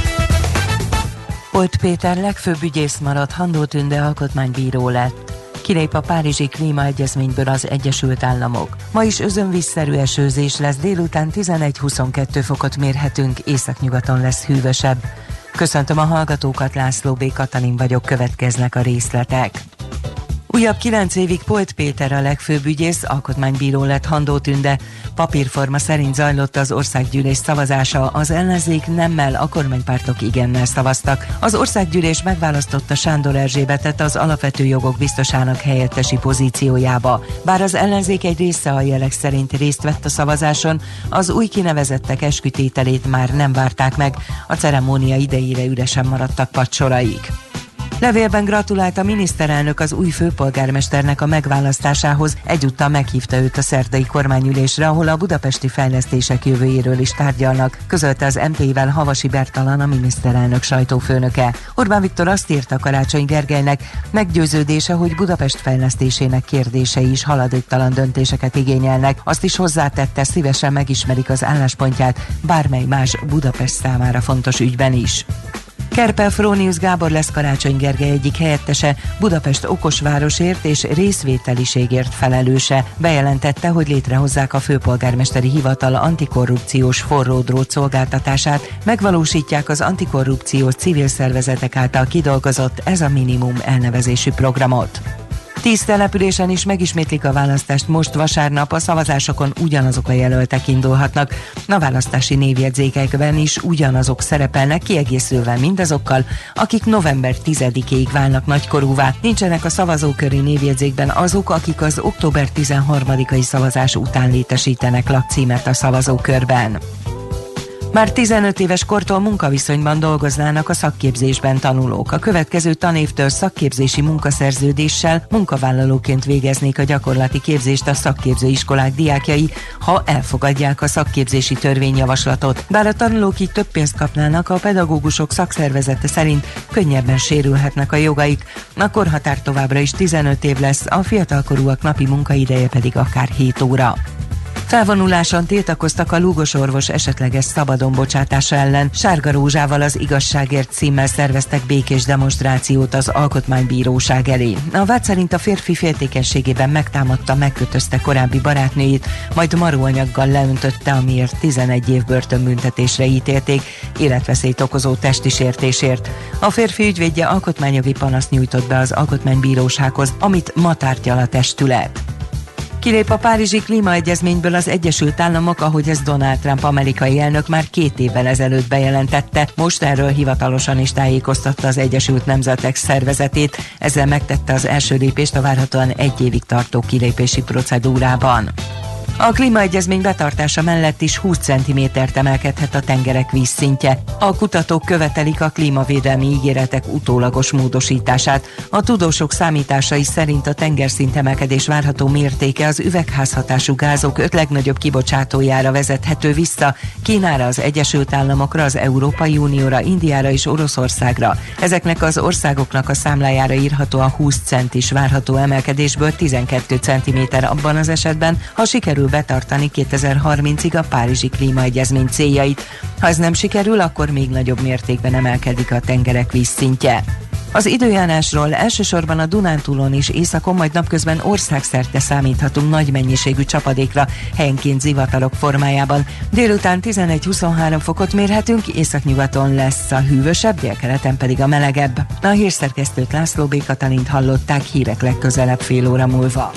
[SPEAKER 13] Polt Péter legfőbb ügyész maradt, Handó Tünde alkotmánybíró lett. Kilép a Párizsi Klímaegyezményből az Egyesült Államok. Ma is özönvízszerű esőzés lesz, délután 11-22 fokot mérhetünk, északnyugaton lesz hűvösebb. Köszöntöm a hallgatókat, László B. Katalin vagyok, következnek a részletek. Újabb 9 évig Polt Péter a legfőbb ügyész, alkotmánybíró lett, Handó Tünde. Papírforma szerint zajlott az országgyűlés szavazása, az ellenzék nemmel, a kormánypártok igennel szavaztak. Az országgyűlés megválasztotta Sándor Erzsébetet az alapvető jogok biztosának helyettesi pozíciójába. Bár az ellenzék egy része a jelek szerint részt vett a szavazáson, az új kinevezettek eskütételét már nem várták meg, a ceremónia idejére üresen maradtak padsoraik. Levélben gratulált a miniszterelnök az új főpolgármesternek a megválasztásához, egyúttal meghívta őt a szerdai kormányülésre, ahol a budapesti fejlesztések jövőjéről is tárgyalnak, közölte az MP-vel Havasi Bertalan, a miniszterelnök sajtófőnöke. Orbán Viktor azt írta Karácsony Gergelynek, meggyőződése, hogy Budapest fejlesztésének kérdései is haladéktalan döntéseket igényelnek, azt is hozzátette, szívesen megismerik az álláspontját bármely más Budapest számára fontos ügyben is. Kerpel Frónius Gábor lesz Karácsony Gergely egyik helyettese, Budapest okosvárosért és részvételiségért felelőse. Bejelentette, hogy létrehozzák a főpolgármesteri hivatal antikorrupciós forró drót szolgáltatását, megvalósítják az antikorrupciós civil szervezetek által kidolgozott Ez a minimum elnevezésű programot. 10 településen is megismétlik a választást most vasárnap, a szavazásokon ugyanazok a jelöltek indulhatnak. A választási névjegyzékekben is ugyanazok szerepelnek, kiegészülve mindazokkal, akik november 10-éig válnak nagykorúvá. Nincsenek a szavazóköri névjegyzékben azok, akik az október 13-ai szavazás után létesítenek lakcímet a szavazókörben. Már 15 éves kortól munkaviszonyban dolgoznának a szakképzésben tanulók. A következő tanévtől szakképzési munkaszerződéssel munkavállalóként végeznék a gyakorlati képzést a szakképzőiskolák diákjai, ha elfogadják a szakképzési törvényjavaslatot. Bár a tanulók így több pénzt kapnának, a pedagógusok szakszervezete szerint könnyebben sérülhetnek a jogaik. A korhatár továbbra is 15 év lesz, a fiatalkorúak napi munkaideje pedig akár 7 óra. Felvonuláson tiltakoztak a Lúgos orvos esetleges szabadon bocsátása ellen. Sárga rózsával, az Igazságért címmel szerveztek békés demonstrációt az Alkotmánybíróság elé. A vád szerint a férfi féltékenységében megtámadta, megkötözte korábbi barátnőjét, majd maróanyaggal leöntötte, amiért 11 év börtönbüntetésre ítélték, életveszélyt okozó testi sértésért. A férfi ügyvédje alkotmányjogi panaszt nyújtott be az Alkotmánybírósághoz, amit ma tárgyal a testület. Kilép a Párizsi Klímaegyezményből az Egyesült Államok, ahogy ez Donald Trump amerikai elnök már 2 évvel ezelőtt bejelentette. Most erről hivatalosan is tájékoztatta az Egyesült Nemzetek Szervezetét. Ezzel megtette az első lépést a várhatóan 1 évig tartó kilépési procedúrában. A klímaegyezmény betartása mellett is 20 cm-t emelkedhet a tengerek vízszintje. A kutatók követelik a klímavédelmi ígéretek utólagos módosítását. A tudósok számításai szerint a tengerszint emelkedés várható mértéke az üvegházhatású gázok 5 legnagyobb kibocsátójára vezethető vissza: Kínára, az Egyesült Államokra, az Európai Unióra, Indiára és Oroszországra. Ezeknek az országoknak a számlájára írható a 20 centis várható emelkedésből 12 cm abban az esetben, ha sikerül betartani 2030-ig a Párizsi Klímaegyezmény céljait. Ha ez nem sikerül, akkor még nagyobb mértékben emelkedik a tengerek vízszintje. Az időjárásról: elsősorban a Dunántúlon és északon, majd napközben országszerte számíthatunk nagy mennyiségű csapadékra, helyenként zivatarok formájában. Délután 11-23 fokot mérhetünk, északnyugaton lesz a hűvösebb, délkeleten pedig a melegebb. A hírszerkesztőt, László B. Katalint hallották, hírek legközelebb fél óra múlva.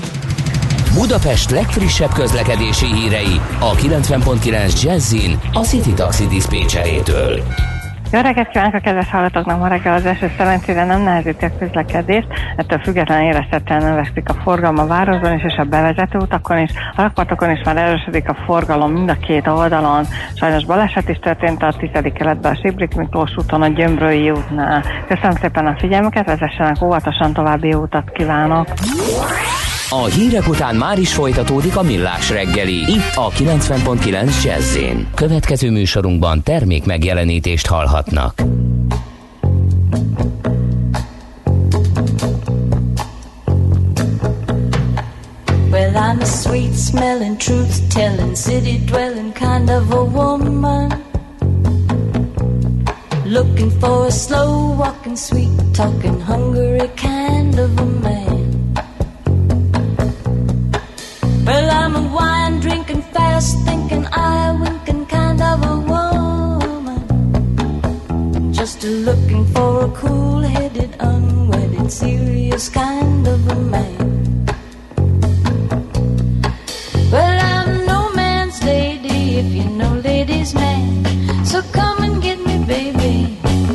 [SPEAKER 1] Budapest legfrissebb közlekedési hírei a 90.9 Jazzin a City Taxi diszpécserétől.
[SPEAKER 14] Jó reggelt kívánok a kedves hallgatóknak! Ma reggel az eső szerencsére nem nehezíti a közlekedést, ettől függetlenül érezhetően növekszik a forgalom a városban is, és a bevezető utakon is. A rakpartokon is már erősödik a forgalom mind a két oldalon. Sajnos baleset is történt a 10. keletben a Sibrik Miklós úton, a Gyömrői útnál. Köszönöm szépen a figyelmüket, vezessenek óvatosan, további jó utat kívánok!
[SPEAKER 1] A hírek után már is folytatódik a Millás reggeli, itt a 90.9 Jazz-én. Következő műsorunkban termék megjelenítést hallhatnak.
[SPEAKER 15] smelling, truth telling, city dwelling kind of a woman. Looking for a slow walking, sweet talking, hungry kind of a man. Well, I'm a wine drinking, fast thinking, eye winking kind of a woman. Just looking for a cool headed, unwedded, serious kind of a man. Well, I'm no man's lady, if you know ladies' man. So come and get me, baby,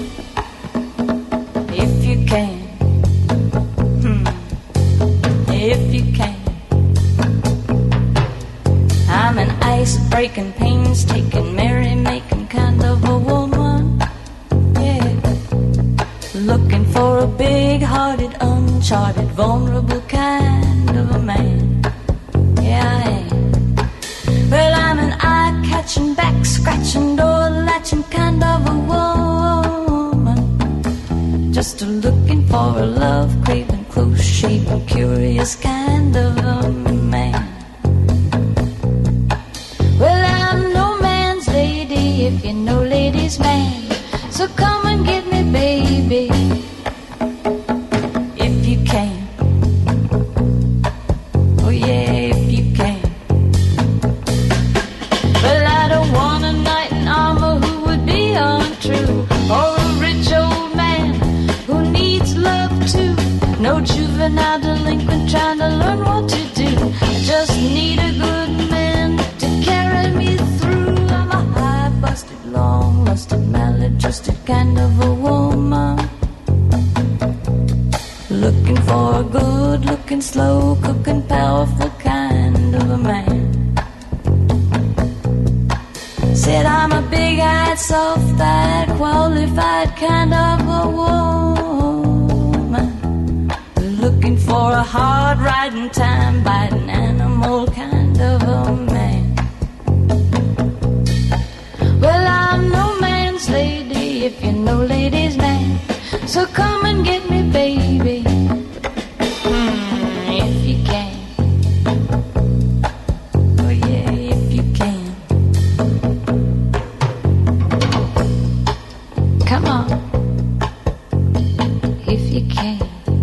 [SPEAKER 15] if you can. If you can. I'm an ice-breaking, painstaking, merry-making kind of a woman. Yeah. Looking for a big-hearted, uncharted, vulnerable kind of a man. Yeah, I am. Well, I'm an eye-catching, back-scratching, door-latching kind of a woman. Just looking for a love-craving, close-shaven, curious kind of a man. Well, I'm no man's lady, if you know ladies' man. So come and get me, baby, if you can. Oh yeah, if you can. Well, I don't want a knight in armor who would be untrue, or a rich old man who needs love too. No juvenile delinquent trying to learn what to do. I just need a good man to carry me through. I'm a high-busted, long-lusted, maladjusted kind of a woman. Looking for a good-looking, slow-cooking, powerful kind of a man. Said I'm a big-eyed, soft-eyed, qualified kind of a woman. Looking for a hard-riding, time-biting, animal kind of a man. Well, I'm no man's lady, if you know ladies' man. So come and get me, baby, if you can. Oh yeah, if you can. Come on, if you can.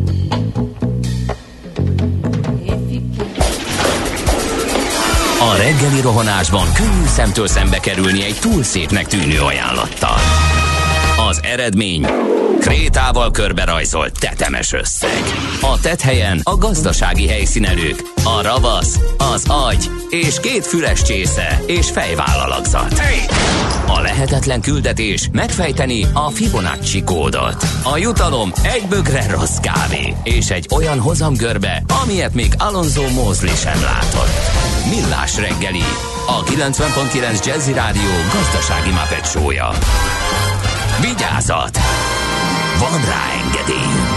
[SPEAKER 1] A reggeli rohanásban könnyű szemtől szembe kerülni egy túl szépnek tűnő ajánlattal. Az eredmény krétával körberajzolt tetemes összeg. A tetthelyen a gazdasági helyszínelők, a ravasz, az agy és 2 füles csésze és fejvállalakzat. A lehetetlen küldetés megfejteni a Fibonacci kódot. A jutalom egy bögre rossz kávé és egy olyan hozamgörbe, amilyet még Alonso Mosley sem látott. Millás reggeli, a 90.9 Jazzy Rádió gazdasági Muppet show-ja. Vigyázat! Van rá engedélyünk!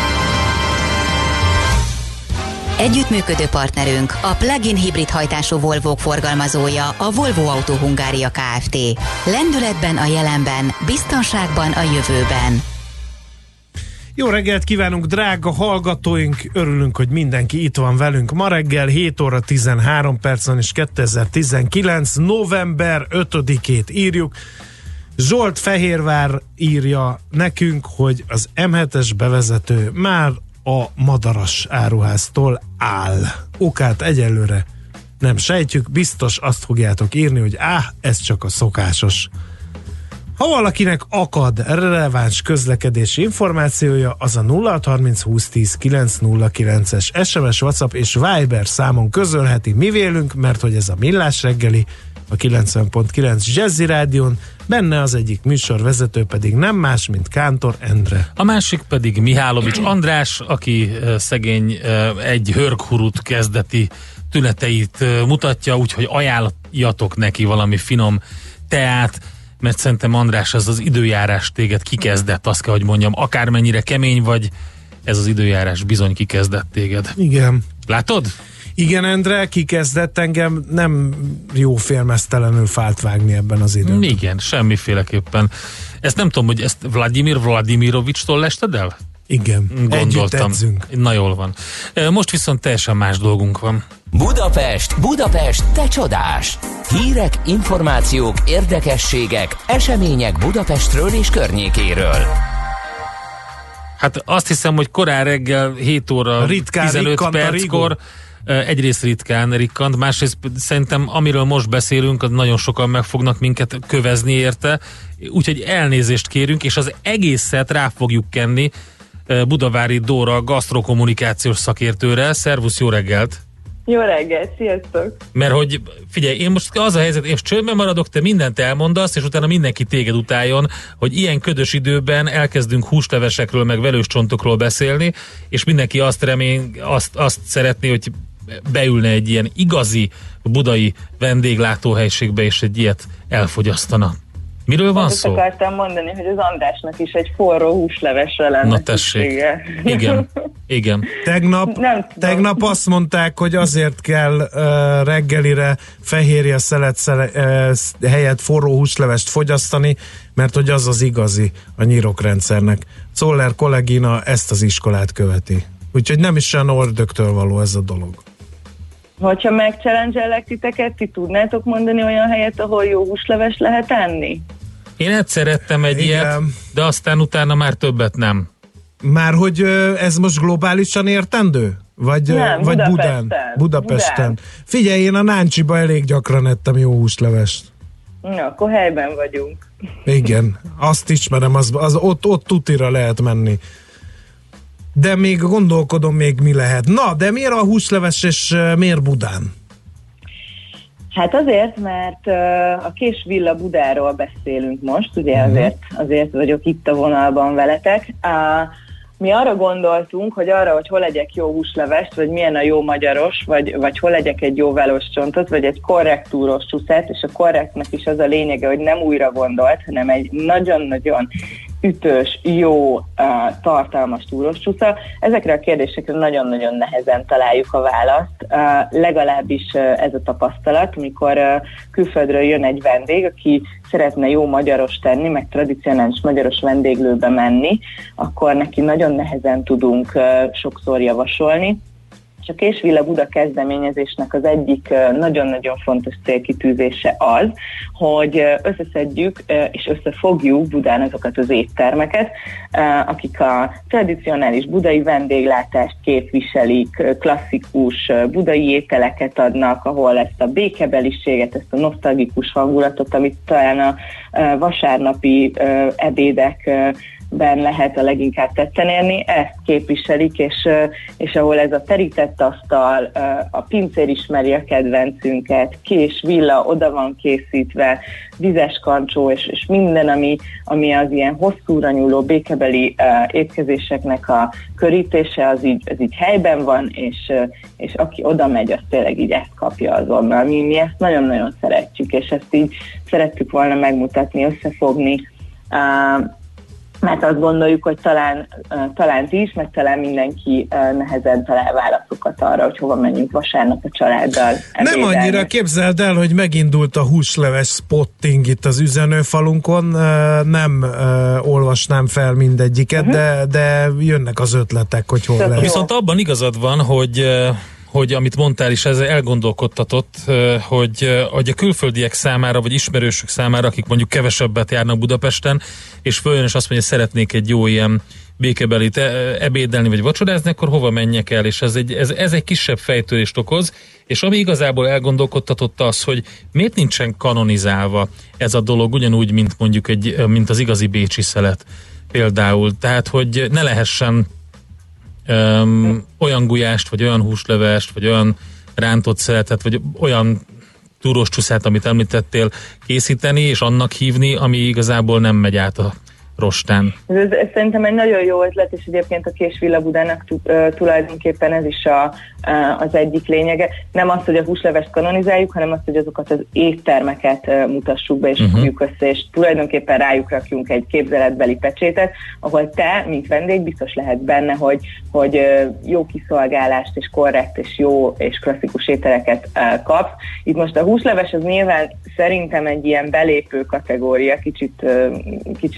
[SPEAKER 11] Együttműködő partnerünk a plug-in hibrid hajtású Volvók forgalmazója, a Volvo Autó Hungária Kft. Lendületben a jelenben, biztonságban a jövőben.
[SPEAKER 4] Jó reggelt kívánunk, drága hallgatóink! Örülünk, hogy mindenki itt van velünk. Ma reggel 7 óra 13 percen és 2019. november 5-ét írjuk. Zsolt Fehérvár írja nekünk, hogy az M7-es bevezető már a Madaras áruháztól áll. Okát egyelőre nem sejtjük, biztos azt fogjátok írni, hogy ez csak a szokásos. Ha valakinek akad releváns közlekedési információja, az a 0630 20 10 909-es SMS, WhatsApp és Viber számon közölheti. Mi vélünk, mert hogy ez a Millás reggeli, a 90.9 Jazzy Rádión, benne az egyik műsorvezető pedig nem más, mint Kántor Endre.
[SPEAKER 5] A másik pedig Mihálovics András, aki szegény egy hörghurut kezdeti tüneteit mutatja, úgyhogy ajánljatok neki valami finom teát, mert szerintem András, ez az időjárás téged kikezdett, azt kell, hogy mondjam, akármennyire kemény vagy, ez az időjárás bizony kikezdett téged.
[SPEAKER 4] Igen.
[SPEAKER 5] Látod?
[SPEAKER 4] Igen, Endre, kikezdett, engem nem jó félmeztelenül fált vágni ebben az időben.
[SPEAKER 5] Igen, semmiféleképpen. Ezt nem tudom, hogy ezt Vladimir Vladimirovicstól lested el?
[SPEAKER 4] Igen,
[SPEAKER 5] gondoltam.
[SPEAKER 4] Együtt edzünk.
[SPEAKER 5] Na jól van. Most viszont teljesen más dolgunk van.
[SPEAKER 1] Budapest, Budapest, te csodás! Hírek, információk, érdekességek, események Budapestről és környékéről.
[SPEAKER 5] Hát azt hiszem, hogy korán reggel 7 óra
[SPEAKER 4] ritkán
[SPEAKER 5] 15 perckor egyrészt ritkán rikkant, másrészt szerintem amiről most beszélünk, az nagyon sokan meg fognak minket kövezni érte, úgyhogy elnézést kérünk, és az egészet rá fogjuk kenni Budavári Dóra gasztrokommunikációs szakértőre. Szervusz, jó reggelt!
[SPEAKER 16] Jó reggelt, sziasztok!
[SPEAKER 5] Mert hogy figyelj, én most az a helyzet, én csöndben maradok, te mindent elmondasz, és utána mindenki téged utáljon, hogy ilyen ködös időben elkezdünk húslevesekről, meg velőscsontokról beszélni, és mindenki azt szeretné, hogy beülne egy ilyen igazi budai vendéglátóhelyiségbe, és egy ilyet elfogyasztana. Miről van szó?
[SPEAKER 16] Azt akartam mondani, hogy az Andrásnak is egy forró húslevesre lenne.
[SPEAKER 5] Na tessék. Igen.
[SPEAKER 4] Tegnap azt mondták, hogy azért kell reggelire fehérje szelet helyett forró húslevest fogyasztani, mert hogy az az igazi a nyirokrendszernek. Czoller kollégina ezt az iskolát követi. Úgyhogy nem is olyan ördögtől való ez a dolog.
[SPEAKER 16] Hogyha megchallenge-ellek titeket, ti tudnátok mondani olyan helyet, ahol jó húsleves lehet enni?
[SPEAKER 5] Én egyszer ettem egy ilyet, de aztán utána már többet nem.
[SPEAKER 4] Már hogy ez most globálisan értendő? Vagy Budapesten. Figyelj, én a Náncsiba elég gyakran ettem jó húslevest.
[SPEAKER 16] Na, akkor helyben vagyunk.
[SPEAKER 4] Igen, azt ismerem, ott tutira lehet menni. De még gondolkodom, még mi lehet. Na, de miért a húsleves és miért Budán?
[SPEAKER 16] Hát azért, mert a Kés Villa Budáról beszélünk most, ugye azért vagyok itt a vonalban veletek. Mi arra gondoltunk, hogy hol legyek jó húslevest, vagy milyen a jó magyaros, vagy hol legyek egy jó velőscsontot, vagy egy korrekt túros csúszát, és a korrektnek is az a lényege, hogy nem újra gondolt, hanem egy nagyon-nagyon ütős, jó, tartalmas túros csúsza. Ezekre a kérdésekre nagyon-nagyon nehezen találjuk a választ. Legalábbis ez a tapasztalat, amikor külföldről jön egy vendég, aki szeretne jó magyaros tenni, meg tradicionális magyaros vendéglőbe menni, akkor neki nagyon nehezen tudunk sokszor javasolni. És a Kés Villa Buda kezdeményezésnek az egyik nagyon-nagyon fontos célkitűzése az, hogy összeszedjük és összefogjuk Budán azokat az éttermeket, akik a tradicionális budai vendéglátást képviselik, klasszikus budai ételeket adnak, ahol ezt a békebeliséget, ezt a nosztalgikus hangulatot, amit talán a vasárnapi ebédekben lehet a leginkább tetten érni, ezt képviselik, és ahol ez a terített asztal, a pincér ismeri a kedvencünket, kés, villa, oda van készítve, vizes kancsó, és minden, ami az ilyen hosszúra nyúló békebeli étkezéseknek a körítése, az így helyben van, és aki oda megy, az tényleg így ezt kapja azonnal. Mi ezt nagyon-nagyon szeretjük, és ezt így szerettük volna megmutatni, összefogni, mert azt gondoljuk, hogy talán ti is, meg talán mindenki nehezen talál válaszokat arra, hogy hova menjünk vasárnap a családdal ebédelni.
[SPEAKER 4] Nem annyira, képzeld el, hogy megindult a húsleves spotting itt az üzenőfalunkon, nem olvasnám fel mindegyiket, de jönnek az ötletek, hogy hol lehet.
[SPEAKER 5] Viszont abban igazad van, hogy amit mondtál is, ez elgondolkodtatott, hogy a külföldiek számára, vagy ismerősök számára, akik mondjuk kevesebbet járnak Budapesten, és följön és azt mondja, hogy szeretnék egy jó ilyen békebelit ebédelni, vagy vacsorázni, akkor hova menjek el, és ez egy kisebb fejtörést okoz, és ami igazából elgondolkodtatott az, hogy miért nincsen kanonizálva ez a dolog, ugyanúgy, mint mondjuk mint az igazi bécsi szelet például. Tehát, hogy ne lehessen olyan gulyást, vagy olyan húslevest, vagy olyan rántott szeletet, vagy olyan túros csúszát, amit említettél, készíteni, és annak hívni, ami igazából nem megy át a rostán.
[SPEAKER 16] Ez szerintem egy nagyon jó ötlet, és egyébként a Kés Villa Budának tulajdonképpen ez is az egyik lényege. Nem az, hogy a húslevest kanonizáljuk, hanem az, hogy azokat az éttermeket mutassuk be, és fogjuk össze, és tulajdonképpen rájuk rakjunk egy képzeletbeli pecsétet, ahol te, mint vendég, biztos lehet benne, hogy jó kiszolgálást, és korrekt, és jó, és klasszikus ételeket kapsz. Itt most a húsleves az nyilván szerintem egy ilyen belépő kategória, kicsit olyan,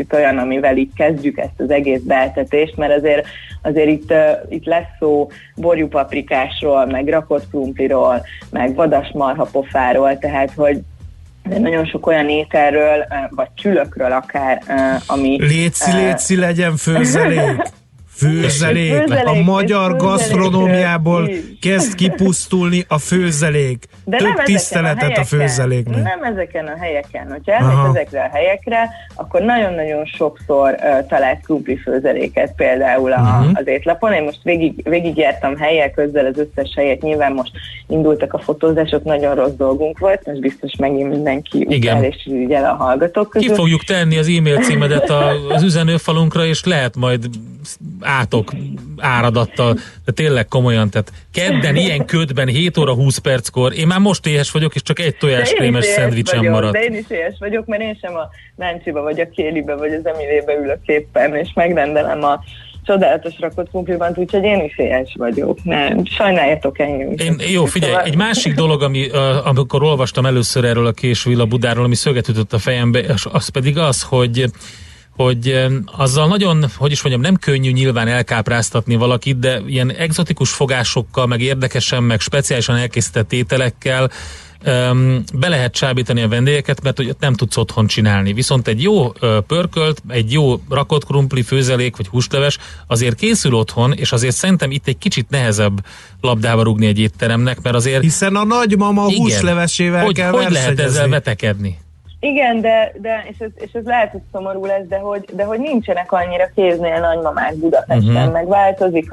[SPEAKER 16] amivel így kezdjük ezt az egész beeltetést, mert azért itt lesz szó borjúpaprikásról, meg rakott krumpliról, meg vadasmarhapofáról, tehát hogy de nagyon sok olyan ételről, vagy csülökről akár, ami...
[SPEAKER 4] Léci legyen főzelék. Főzelék. A magyar gasztronómiából kezd kipusztulni a főzelék.
[SPEAKER 16] De
[SPEAKER 4] több tiszteletet a főzeléknek.
[SPEAKER 16] Nem ezeken a helyeken. Hogyha elmegy ezekre a helyekre, akkor nagyon-nagyon sokszor talált krumpli főzeléket például az étlapon. Én most végigjártam helyek közzel az összes helyet. Nyilván most indultak a fotózások, nagyon rossz dolgunk volt, most biztos megint mindenki utál és ügyel a hallgatók közül.
[SPEAKER 5] Ki fogjuk tenni az e-mail címedet az üzenőfalunkra, és lehet majd átok áradattal, de tényleg komolyan, tehát kedden ilyen ködben 7 óra 20 perckor, én már most éhes vagyok, és csak egy tojáskrémes szendvicsem maradt.
[SPEAKER 16] De én is éhes vagyok, mert én sem a Náncsiba, vagy a Kélibe, vagy az Emilébe ülök éppen, és megrendelem a csodálatos rakott krumplibant, úgyhogy én is éhes vagyok. Nem, sajnáljatok engem.
[SPEAKER 5] Jó, figyelj, egy másik dolog, amikor olvastam először erről a Késvilla Budáról, ami szöget ütött a fejembe, az pedig az, hogy azzal nagyon, hogy is mondjam, nem könnyű nyilván elkápráztatni valakit, de ilyen egzotikus fogásokkal, meg érdekesen, meg speciálisan elkészített ételekkel be lehet csábítani a vendégeket, mert hogy nem tudsz otthon csinálni. Viszont egy jó pörkölt, egy jó rakott krumpli, főzelék vagy húsleves azért készül otthon, és azért szerintem itt egy kicsit nehezebb labdába rúgni egy étteremnek, mert azért...
[SPEAKER 4] Hiszen a nagymama húslevesével kell
[SPEAKER 5] hogy lehet ezzel vetekedni?
[SPEAKER 16] Igen, de és ez lehet, hogy szomorú lesz, de hogy nincsenek annyira kéznél nagymamák Budapesten, meg változik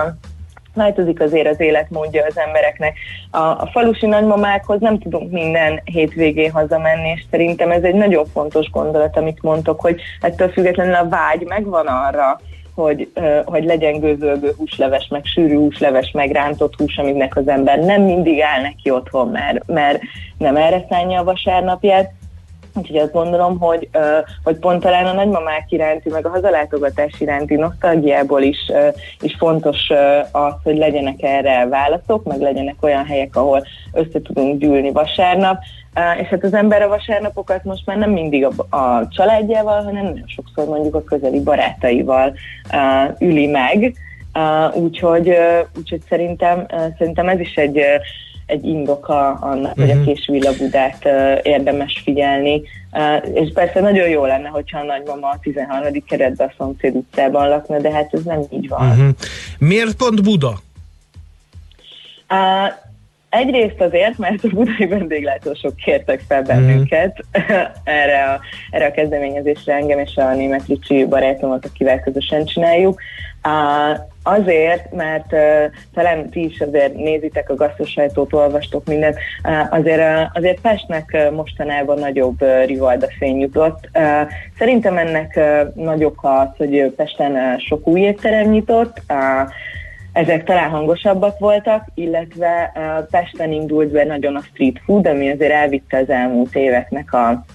[SPEAKER 16] azért az életmódja az embereknek. A falusi nagymamákhoz nem tudunk minden hétvégén hazamenni, és szerintem ez egy nagyon fontos gondolat, amit mondtok, hogy ettől függetlenül a vágy megvan arra, hogy legyen gőzölgő húsleves, meg sűrű húsleves, meg rántott hús, aminek az ember nem mindig áll neki otthon, mert nem erre szánja a vasárnapját. Úgyhogy azt gondolom, hogy pont talán a nagymamák iránti, meg a hazalátogatás iránti nosztalgiából is fontos az, hogy legyenek erre válaszok, meg legyenek olyan helyek, ahol össze tudunk gyűlni vasárnap. És hát az ember a vasárnapokat most már nem mindig a családjával, hanem nagyon sokszor mondjuk a közeli barátaival üli meg. Úgyhogy szerintem ez is egy indoka annak, hogy a Késvilla Budát érdemes figyelni. És persze nagyon jó lenne, hogyha a nagymama a 13. keretben a szomszéd utcában lakna, de hát ez nem így van.
[SPEAKER 4] Miért pont Buda?
[SPEAKER 16] Egyrészt azért, mert a budai vendéglátósok kértek fel bennünket erre a kezdeményezésre, engem és a Németh Ricsi barátomat, akivel közösen csináljuk. Azért, mert talán ti is azért nézitek a gasztrosajtót, olvastok mindent, azért Pestnek mostanában nagyobb rivaldafény jutott. Szerintem ennek nagy oka az, hogy Pesten sok új étterem nyitott, ezek talán hangosabbak voltak, illetve Pesten indult be nagyon a street food, ami azért elvitte az elmúlt éveknek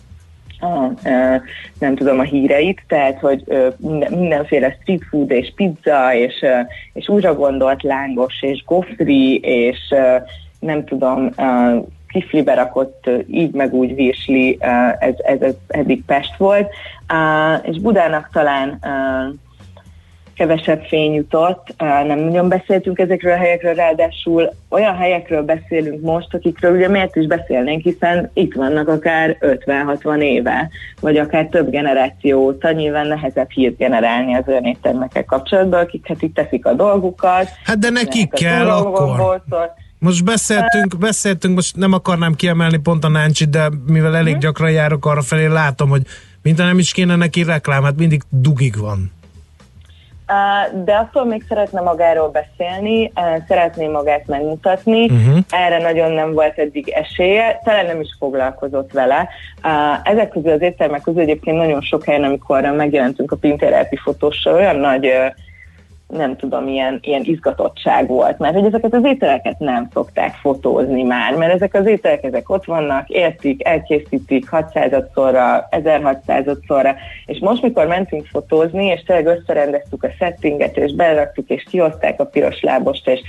[SPEAKER 16] nem tudom, a híreit, tehát, hogy mindenféle street food és pizza, és újra gondolt lángos, és gofri, és nem tudom, kiflibe rakott így meg úgy virsli, ez eddig Pest volt, és Budának talán kevesebb fény jutott, nem nagyon beszéltünk ezekről a helyekről, ráadásul olyan helyekről beszélünk most, akikről ugye miért is beszélnénk, hiszen itt vannak akár 50-60 éve, vagy akár több generáció óta, nyilván nehezebb hírt generálni az olyan éttermekkel kapcsolatban, akik hát itt teszik a dolgukat.
[SPEAKER 4] Hát de nekik kell akkor. Most beszéltünk, most nem akarnám kiemelni pont a Náncsit, de mivel elég gyakran járok arra felé, látom, hogy mintha nem is kéne neki reklám, hát mindig dugig van.
[SPEAKER 16] De attól még szeretne magáról beszélni, szeretné magát megmutatni, erre nagyon nem volt eddig esélye, talán nem is foglalkozott vele. Ezek közül az éttermek közül egyébként nagyon sok helyen, amikor megjelentünk a Pintér fotóssal, olyan nagy, nem tudom, ilyen izgatottság volt, mert hogy ezeket az ételeket nem szokták fotózni már, mert ezek az ételek, ezek ott vannak, értik, elkészítik 600-szorra, 1600-szorra, és most, mikor mentünk fotózni, és tényleg összerendeztük a settinget, és beleraktuk, és kihozták a piros lábost, és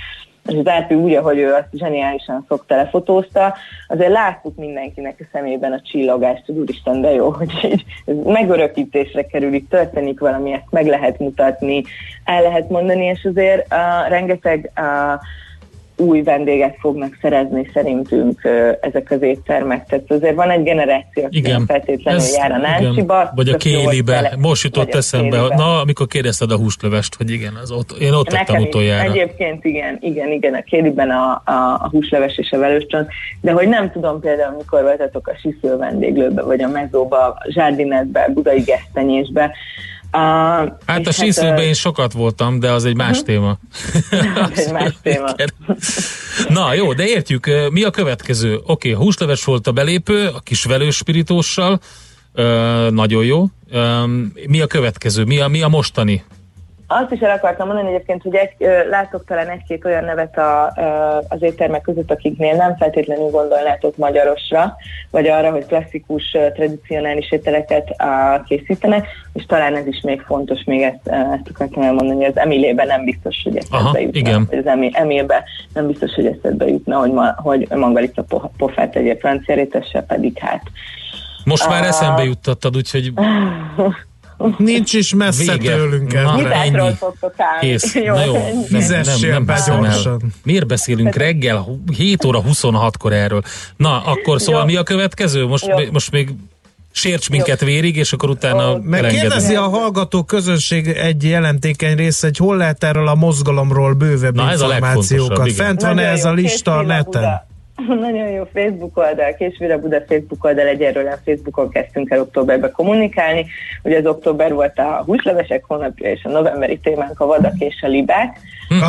[SPEAKER 16] és az Árpi úgy, ahogy ő azt zseniálisan szokta, lefotózta, azért láttuk mindenkinek a szemében a csillogást, hogy úristen, de jó, hogy így megörökítésre kerül, itt történik valami, ezt meg lehet mutatni, el lehet mondani, és azért rengeteg új vendéget fognak szerezni szerintünk ezek az éttermek. Tehát azért van egy generáció, aki nem feltétlenül jár a Náncsiba.
[SPEAKER 5] Vagy a Kélibe. Most jutott eszembe. Na, amikor kérdezted a húslevest, hogy igen, én ott tettem utoljára.
[SPEAKER 16] Egyébként igen, a Kéliben a húsleves és a velőscsont, de hogy nem tudom például, mikor voltatok a Siszül vendéglőbe, vagy a Mezóba, a Zsárdinetbe, Budai Gesztenyésbe.
[SPEAKER 5] Hát a Siszülben én sokat voltam, de az egy más téma.
[SPEAKER 16] Az egy más téma.
[SPEAKER 5] Na jó, de értjük, mi a következő? Oké, húsleves volt a belépő, a kis velős spiritóssal, nagyon jó. Mi a következő? Mi a mostani?
[SPEAKER 16] Azt is el akartam mondani egyébként, hogy látok talán egy-két olyan nevet az éttermek között, akiknél nem feltétlenül gondolnátok magyarosra, vagy arra, hogy klasszikus, tradicionális ételeket készítenek, és talán ez is még fontos, még ezt akartam elmondani, hogy az Emilében nem biztos, hogy eszedbe jutna.
[SPEAKER 5] Igen.
[SPEAKER 16] Az Emilében nem biztos, hogy eszedbe jutna, hogy Mangalica pofát tegyél francia rétessel, pedig hát.
[SPEAKER 5] Most már eszembe juttattad, úgyhogy...
[SPEAKER 4] Nincs is messze
[SPEAKER 5] vége.
[SPEAKER 4] tőlünk.
[SPEAKER 16] Nyitásról szoktok állni.
[SPEAKER 5] Kész. Na jó, nem gyorsan. Miért beszélünk reggel 7 óra 26-kor erről? Na, akkor szóval mi a következő? Most még sérts minket vérig, és akkor utána
[SPEAKER 4] megkérdezi a hallgató közönség egy jelentékeny része, hogy hol lehet erről a mozgalomról bővebb információkat. Fent van ez a lista a neten?
[SPEAKER 16] Nagyon jó Facebook oldal, Késvilla Buda Facebook oldal, egyelőre a Facebookon kezdtünk el októberben kommunikálni. Ugye az október volt a húslevesek hónapja, és a novemberi témánk a vadak és a libák.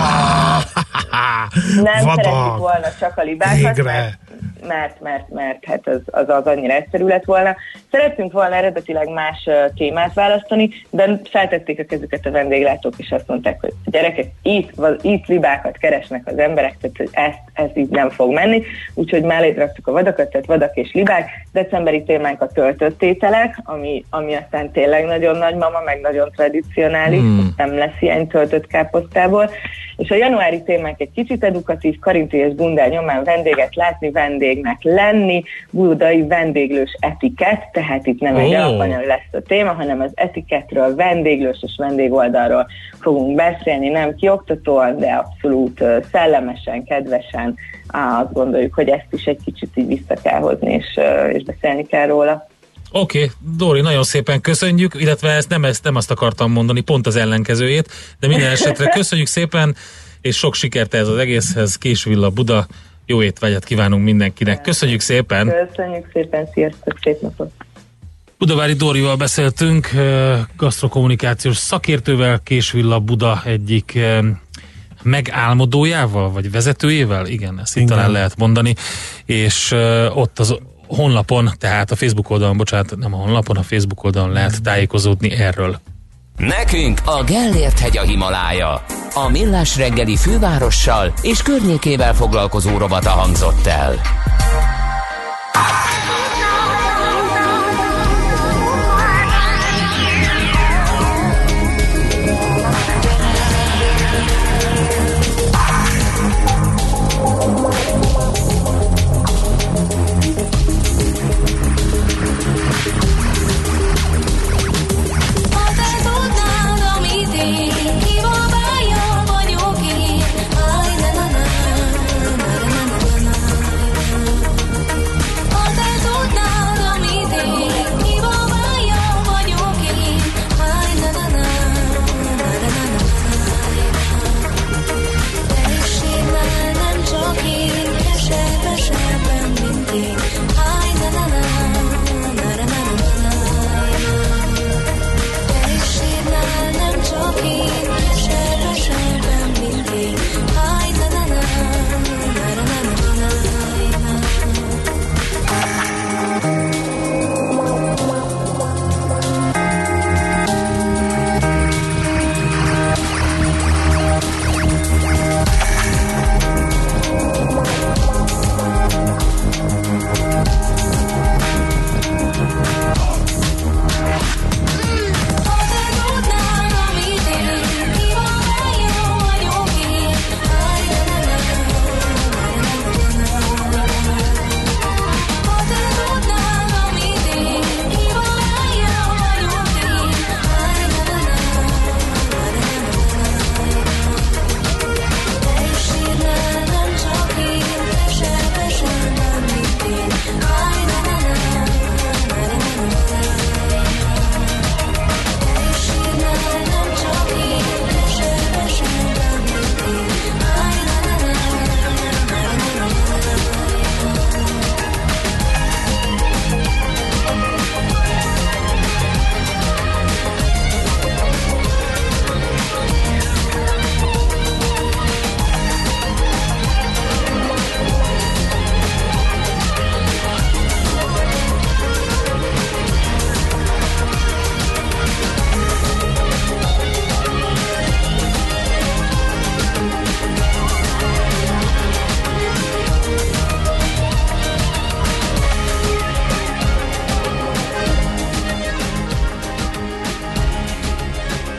[SPEAKER 16] Nem szeretjük volna csak a libákat, mert hát az annyira egyszerű lett volna. Szerettünk volna eredetileg más témát választani, de feltették a kezüket a vendéglátók, és azt mondták, hogy gyerekek, itt libákat keresnek az emberek, tehát hogy ez így nem fog menni, úgyhogy mellé raktuk a vadakat, tehát vadak és libák. Decemberi témánk a töltött ételek, ami aztán tényleg nagyon nagymama, meg nagyon tradicionális, nem lesz ilyen töltött káposztából. És a januári témánk egy kicsit edukatív, Karinti és Gundel nyomán vendéget látni, vendégnek lenni, budai vendéglős etikett, tehát itt nem egy alapanyag lesz a téma, hanem az etikettről, vendéglős és vendégoldalról fogunk beszélni, nem kioktatóan, de abszolút szellemesen, kedvesen. Azt gondoljuk, hogy ezt is egy kicsit így vissza kell hozni, és beszélni kell róla.
[SPEAKER 5] Oké, Dóri, nagyon szépen köszönjük, illetve ezt nem azt akartam mondani, pont az ellenkezőjét, de minden esetre köszönjük szépen, és sok sikert ez az egészhez, Késvilla Buda, jó étvágyat kívánunk mindenkinek. Köszönjük szépen!
[SPEAKER 16] Köszönjük szépen, sziasztok, szép napot!
[SPEAKER 5] Budavári Dórival beszéltünk, gasztrokommunikációs szakértővel, Késvilla Buda egyik megálmodójával, vagy vezetőjével, igen, ezt itt talán lehet mondani, és ott az honlapon, tehát a Facebook oldalon, nem a honlapon, a Facebook oldalon lehet tájékozódni erről.
[SPEAKER 1] Nekünk a Gellért-hegy a Himalája. A Millás reggeli fővárossal és környékével foglalkozó rovata hangzott el.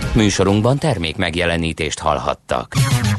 [SPEAKER 1] Műsorunkban termék megjelenítést hallhattak.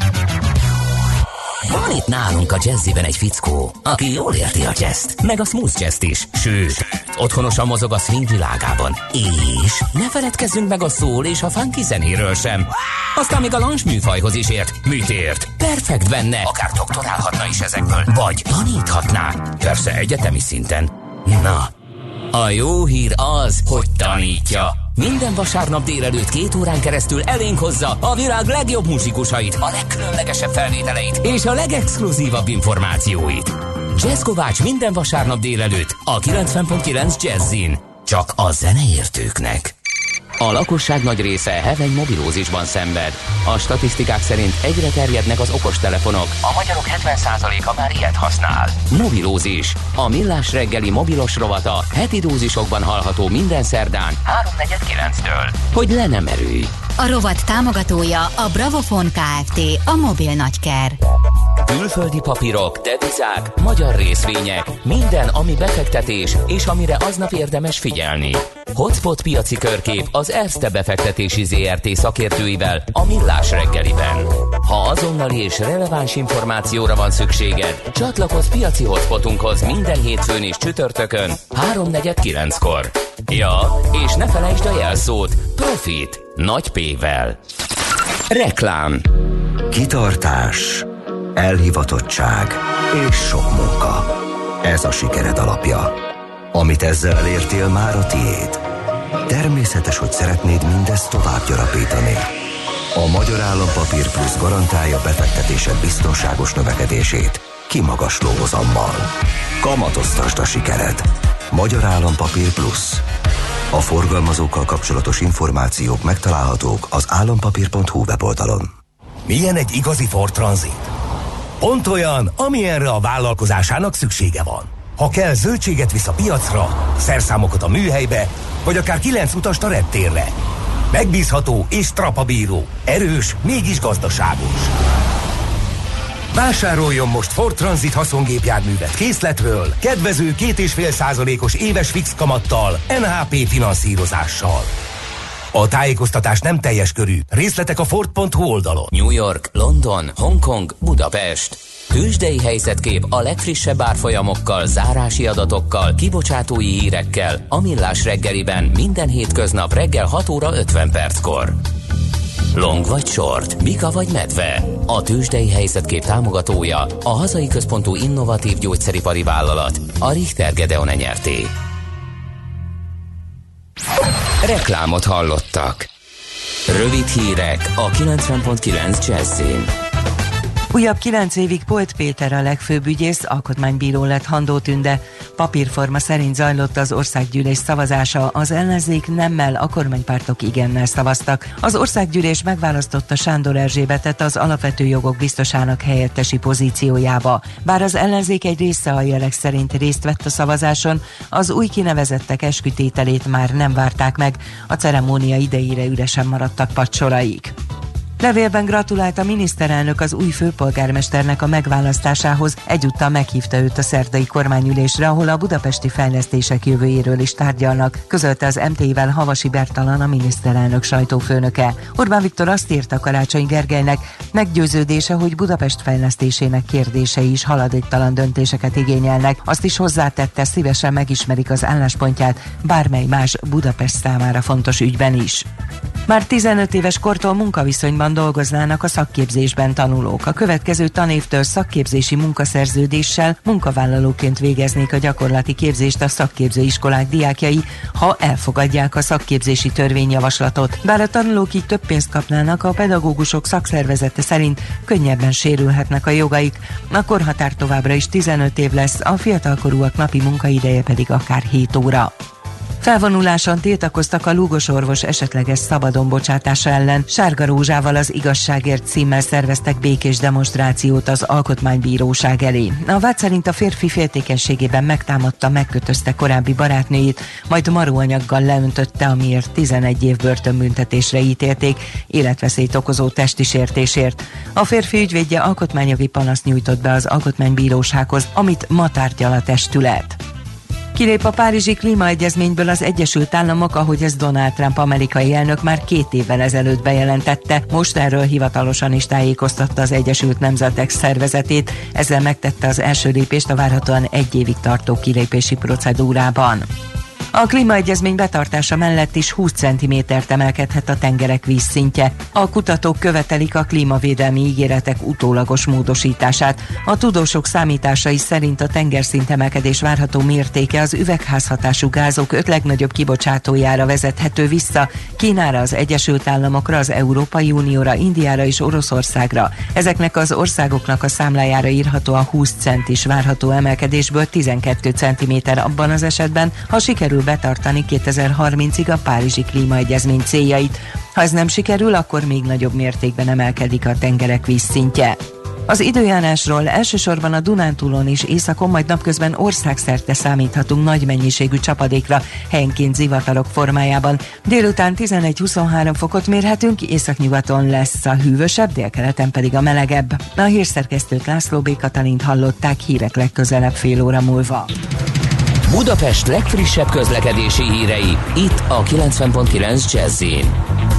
[SPEAKER 1] Van itt nálunk a Jazziben egy fickó, aki jól érti a jazzt, meg a smooth jazzt is, sőt, otthonosan mozog a swing világában. És ne feledkezzünk meg a soul és a funky zenéről sem. Aztán még a lounge műfajhoz is ért. Mit ért? Perfekt benne, akár doktorálhatna is ezekből, vagy taníthatná. Persze egyetemi szinten. Na, a jó hír az, hogy tanítja. Minden vasárnap délelőtt 2 órán keresztül elénk hozza a világ legjobb muzsikusait, a legkülönlegesebb felvételeit és a legexkluzívabb információit. Jazz Kovács minden vasárnap délelőtt a 90.9 Jazzin. Csak a zeneértőknek. A lakosság nagy része heveny mobilózisban szenved. A statisztikák szerint egyre terjednek az okostelefonok. A magyarok 70%-a már ilyet használ. Mobilózis. A Millás reggeli mobilos rovata heti dózisokban hallható minden szerdán 3:49-től. Hogy le nem erőj.
[SPEAKER 11] A rovat támogatója a Bravofon Kft. A mobil nagyker.
[SPEAKER 1] Külföldi papírok, devizák, magyar részvények, minden, ami befektetés, és amire aznap érdemes figyelni. Hotspot piaci körkép az Erste befektetési ZRT szakértőivel a Millás reggeliben. Ha azonnali és releváns információra van szükséged, csatlakozz piaci hotspotunkhoz minden hétfőn és csütörtökön 3:49-kor. Ja, és ne felejtsd a jelszót, Profit, nagy P-vel. Reklám.
[SPEAKER 17] Kitartás, elhivatottság és sok munka. Ez a sikered alapja. Amit ezzel elértél, már a tiéd. Természetes, hogy szeretnéd mindezt tovább gyarapítani. A Magyar Állampapír Plusz garantálja befektetésed biztonságos növekedését kimagasló hozammal. Kamatoztasd a sikered. Magyar Állampapír Plusz. A forgalmazókkal kapcsolatos információk megtalálhatók az állampapír.hu weboldalon.
[SPEAKER 8] Milyen egy igazi Ford Transit? Pont olyan, amilyenre a vállalkozásának szüksége van. Ha kell, zöldséget visz a piacra, szerszámokat a műhelybe, vagy akár 9 utast a reptérre. Megbízható és trapabíró, erős, mégis gazdaságos. Vásároljon most Ford Transit haszongépjárművet készletről, kedvező 2,5%-os éves fix kamattal, NHP finanszírozással. A tájékoztatás nem teljes körű. Részletek a Ford.hu oldalon.
[SPEAKER 1] New York, London, Hongkong, Budapest. Tőzsdei helyzetkép a legfrissebb árfolyamokkal, zárási adatokkal, kibocsátói hírekkel a Millás reggeliben minden hétköznap reggel 6:50. Long vagy short, bika vagy medve. A tőzsdei helyzetkép támogatója a hazai központú innovatív gyógyszeripari vállalat, a Richter Gedeon Nyrt. Reklámot hallottak. Rövid hírek a 90.9 Jazzin.
[SPEAKER 13] Újabb 9 évig Polt Péter a legfőbb ügyész, alkotmánybíró lett Handó Tünde. Papírforma szerint zajlott az országgyűlés szavazása, az ellenzék nemmel, a kormánypártok igennel szavaztak. Az országgyűlés megválasztotta Sándor Erzsébetet az alapvető jogok biztosának helyettesi pozíciójába. Bár az ellenzék egy része a jelek szerint részt vett a szavazáson, az új kinevezettek eskütételét már nem várták meg, a ceremónia idejére üresen maradtak padsoraik. Levélben gratulált a miniszterelnök az új főpolgármesternek a megválasztásához, egyúttal meghívta őt a szerdai kormányülésre, ahol a budapesti fejlesztések jövőjéről is tárgyalnak, közölte az MT-vel Havasi Bertalan, a miniszterelnök sajtófőnöke. Orbán Viktor azt írta Karácsony Gergelynek, meggyőződése, hogy Budapest fejlesztésének kérdései is haladéktalan döntéseket igényelnek, azt is hozzátette, szívesen megismerik az álláspontját bármely más Budapest számára fontos ügyben is. Már 15 éves kortól munkaviszonyban dolgoznának a szakképzésben tanulók. A következő tanévtől szakképzési munkaszerződéssel munkavállalóként végeznék a gyakorlati képzést a szakképzőiskolák diákjai, ha elfogadják a szakképzési törvényjavaslatot. Bár a tanulók így több pénzt kapnának, a pedagógusok szakszervezete szerint könnyebben sérülhetnek a jogaik. A korhatár továbbra is 15 év lesz, a fiatalkorúak napi munkaideje pedig akár 7 óra. Felvonuláson tiltakoztak a Lúgos orvos esetleges szabadon bocsátása ellen. Sárga rózsával az Igazságért címmel szerveztek békés demonstrációt az Alkotmánybíróság elé. A vád szerint a férfi féltékenységében megtámadta, megkötözte korábbi barátnőjét, majd maróanyaggal leöntötte, amiért 11 év börtönbüntetésre ítélték, életveszélyt okozó testi sértésért. A férfi ügyvédje alkotmányjogi panaszt nyújtott be az Alkotmánybírósághoz, amit ma tárgyal a testület. Kilép a Párizsi Klímaegyezményből az Egyesült Államok, ahogy ez Donald Trump amerikai elnök már 2 évvel ezelőtt bejelentette. Most erről hivatalosan is tájékoztatta az Egyesült Nemzetek Szervezetét, ezzel megtette az első lépést a várhatóan 1 évig tartó kilépési procedúrában. A klímaegyezmény betartása mellett is 20 cm-t emelkedhet a tengerek vízszintje. A kutatók követelik a klímavédelmi ígéretek utólagos módosítását. A tudósok számításai szerint a tengerszint emelkedés várható mértéke az üvegházhatású gázok 5 legnagyobb kibocsátójára vezethető vissza: Kínára, az Egyesült Államokra, az Európai Unióra, Indiára és Oroszországra. Ezeknek az országoknak a számlájára írható a 20 centis várható emelkedésből 12 cm abban az esetben, ha sikerül betartani 2030-ig a Párizsi Klímaegyezmény céljait. Ha ez nem sikerül, akkor még nagyobb mértékben emelkedik a tengerek vízszintje. Az időjárásról: elsősorban a Dunántúlon és északon, majd napközben országszerte számíthatunk nagy mennyiségű csapadékra, helyenként zivatarok formájában. Délután 11-23 fokot mérhetünk, északnyugaton lesz a hűvösebb, délkeleten pedig a melegebb. A hírszerkesztőt, László B. Katalint hallották, hírek legközelebb fél óra múlva.
[SPEAKER 1] Budapest legfrissebb közlekedési hírei, itt a 90.9 Jazz-in.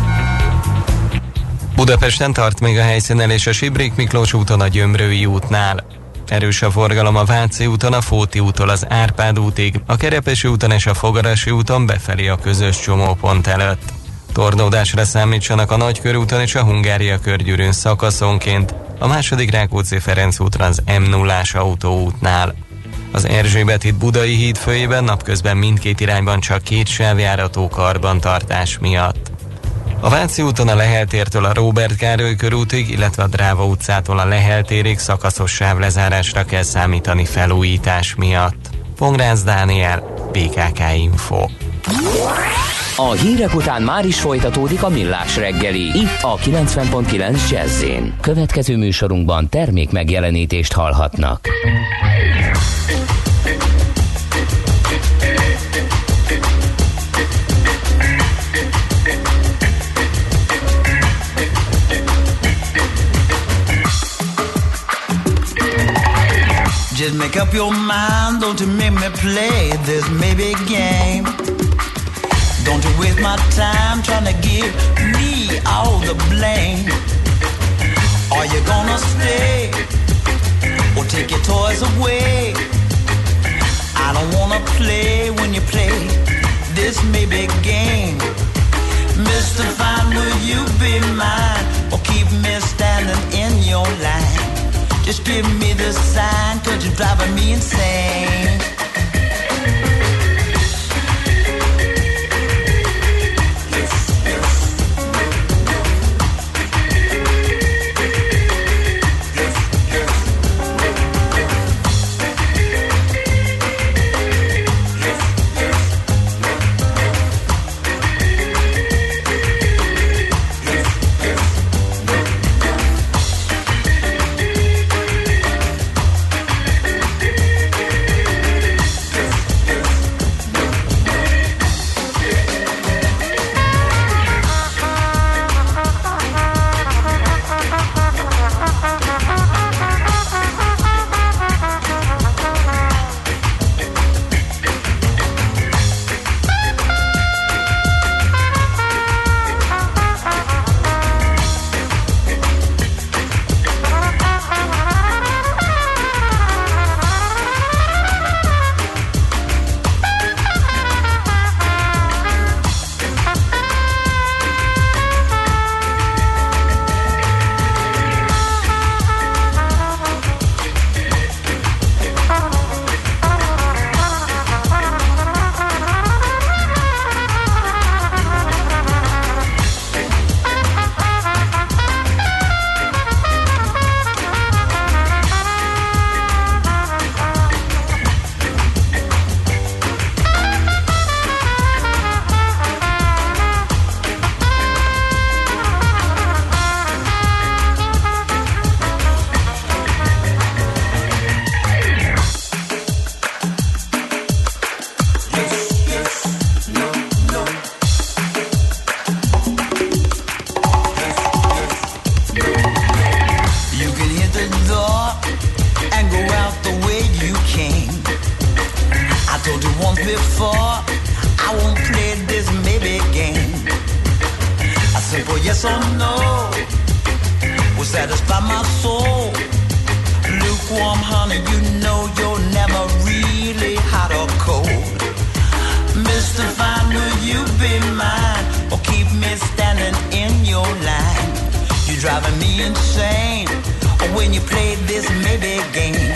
[SPEAKER 18] Budapesten tart még a helyszínelés a Sibrik Miklós úton a Gyömrői útnál. Erős a forgalom a Váci úton a Fóti úttól az Árpád útig, a Kerepesi úton és a Fogarasi úton befelé a közös csomópont előtt. Torlódásra számítsanak a Nagykörúton és a Hungária körgyűrűn szakaszonként, a második Rákóczi-Ferenc úton az M0-ás autóútnál. Az Erzsébet híd Budai híd főjében napközben mindkét irányban csak 2 sávjárató karbantartás miatt. A Váci úton a Lehel tértől a Róbert Károly körútig, illetve a Dráva utcától a Lehel térig szakaszos sávlezárásra kell számítani felújítás miatt. Pongrácz Dániel, BKK Info.
[SPEAKER 1] A hírek után már is folytatódik a Millás reggeli, itt a 90.9 Jazz-in. Következő műsorunkban termék megjelenítést hallhatnak.
[SPEAKER 6] Just make up your mind, don't you make me play this maybe game. Don't you waste my time trying to give me all the blame. Are you gonna stay or take your toys away? I don't wanna play when you play this maybe game. Mr. Fine, will you be mine or keep me standing in your line? Just give me the sign, 'cause you're driving me insane. yes or no, will satisfy my soul. Lukewarm honey, you know you're never really hot or cold. Mr. Fine, will you be mine, or keep me standing in your line? You're driving me insane when you play this maybe game.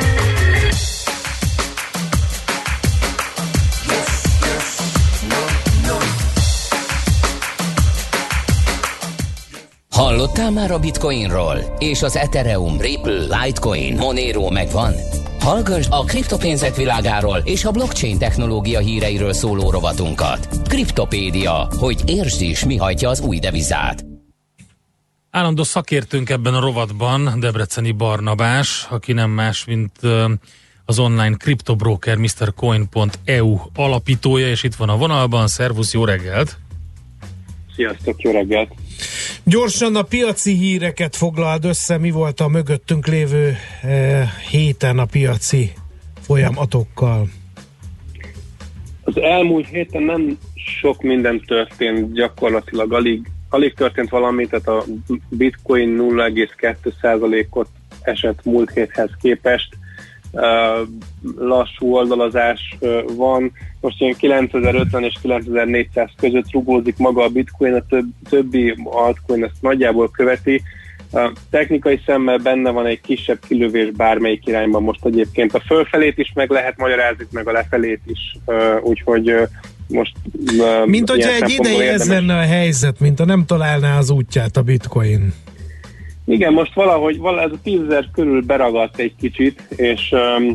[SPEAKER 1] Hallottál már a Bitcoinról? És az Ethereum, Ripple, Litecoin, Monero megvan? Hallgass a kriptopénzek világáról és a blockchain technológia híreiről szóló rovatunkat. Kriptopédia, hogy értsd is, mi hajtja az új devizát.
[SPEAKER 5] Állandó szakértőnk ebben a rovatban Debreceni Barnabás, aki nem más, mint az online kriptobroker MrCoin.eu alapítója, és itt van a vonalban. Szervusz, jó reggelt!
[SPEAKER 19] Sziasztok, jó reggelt!
[SPEAKER 4] Gyorsan a piaci híreket foglald össze, mi volt a mögöttünk lévő héten a piaci folyamatokkal?
[SPEAKER 19] Az elmúlt héten nem sok minden történt, gyakorlatilag alig történt valami, tehát a Bitcoin 0,2%-ot esett múlt héthez képest. Lassú oldalazás van. Most ilyen 9050 és 9400 között rugózik maga a Bitcoin, a többi altcoin ezt nagyjából követi. Technikai szemmel benne van egy kisebb kilövés bármelyik irányban most egyébként. A fölfelét is meg lehet magyarázni, meg a lefelét is, úgyhogy most...
[SPEAKER 4] Mint hogyha egy ideje ez lenne a helyzet, mint ha nem találná az útját a Bitcoin.
[SPEAKER 19] Igen, most valahogy ez a 10.000 körül beragadt egy kicsit, és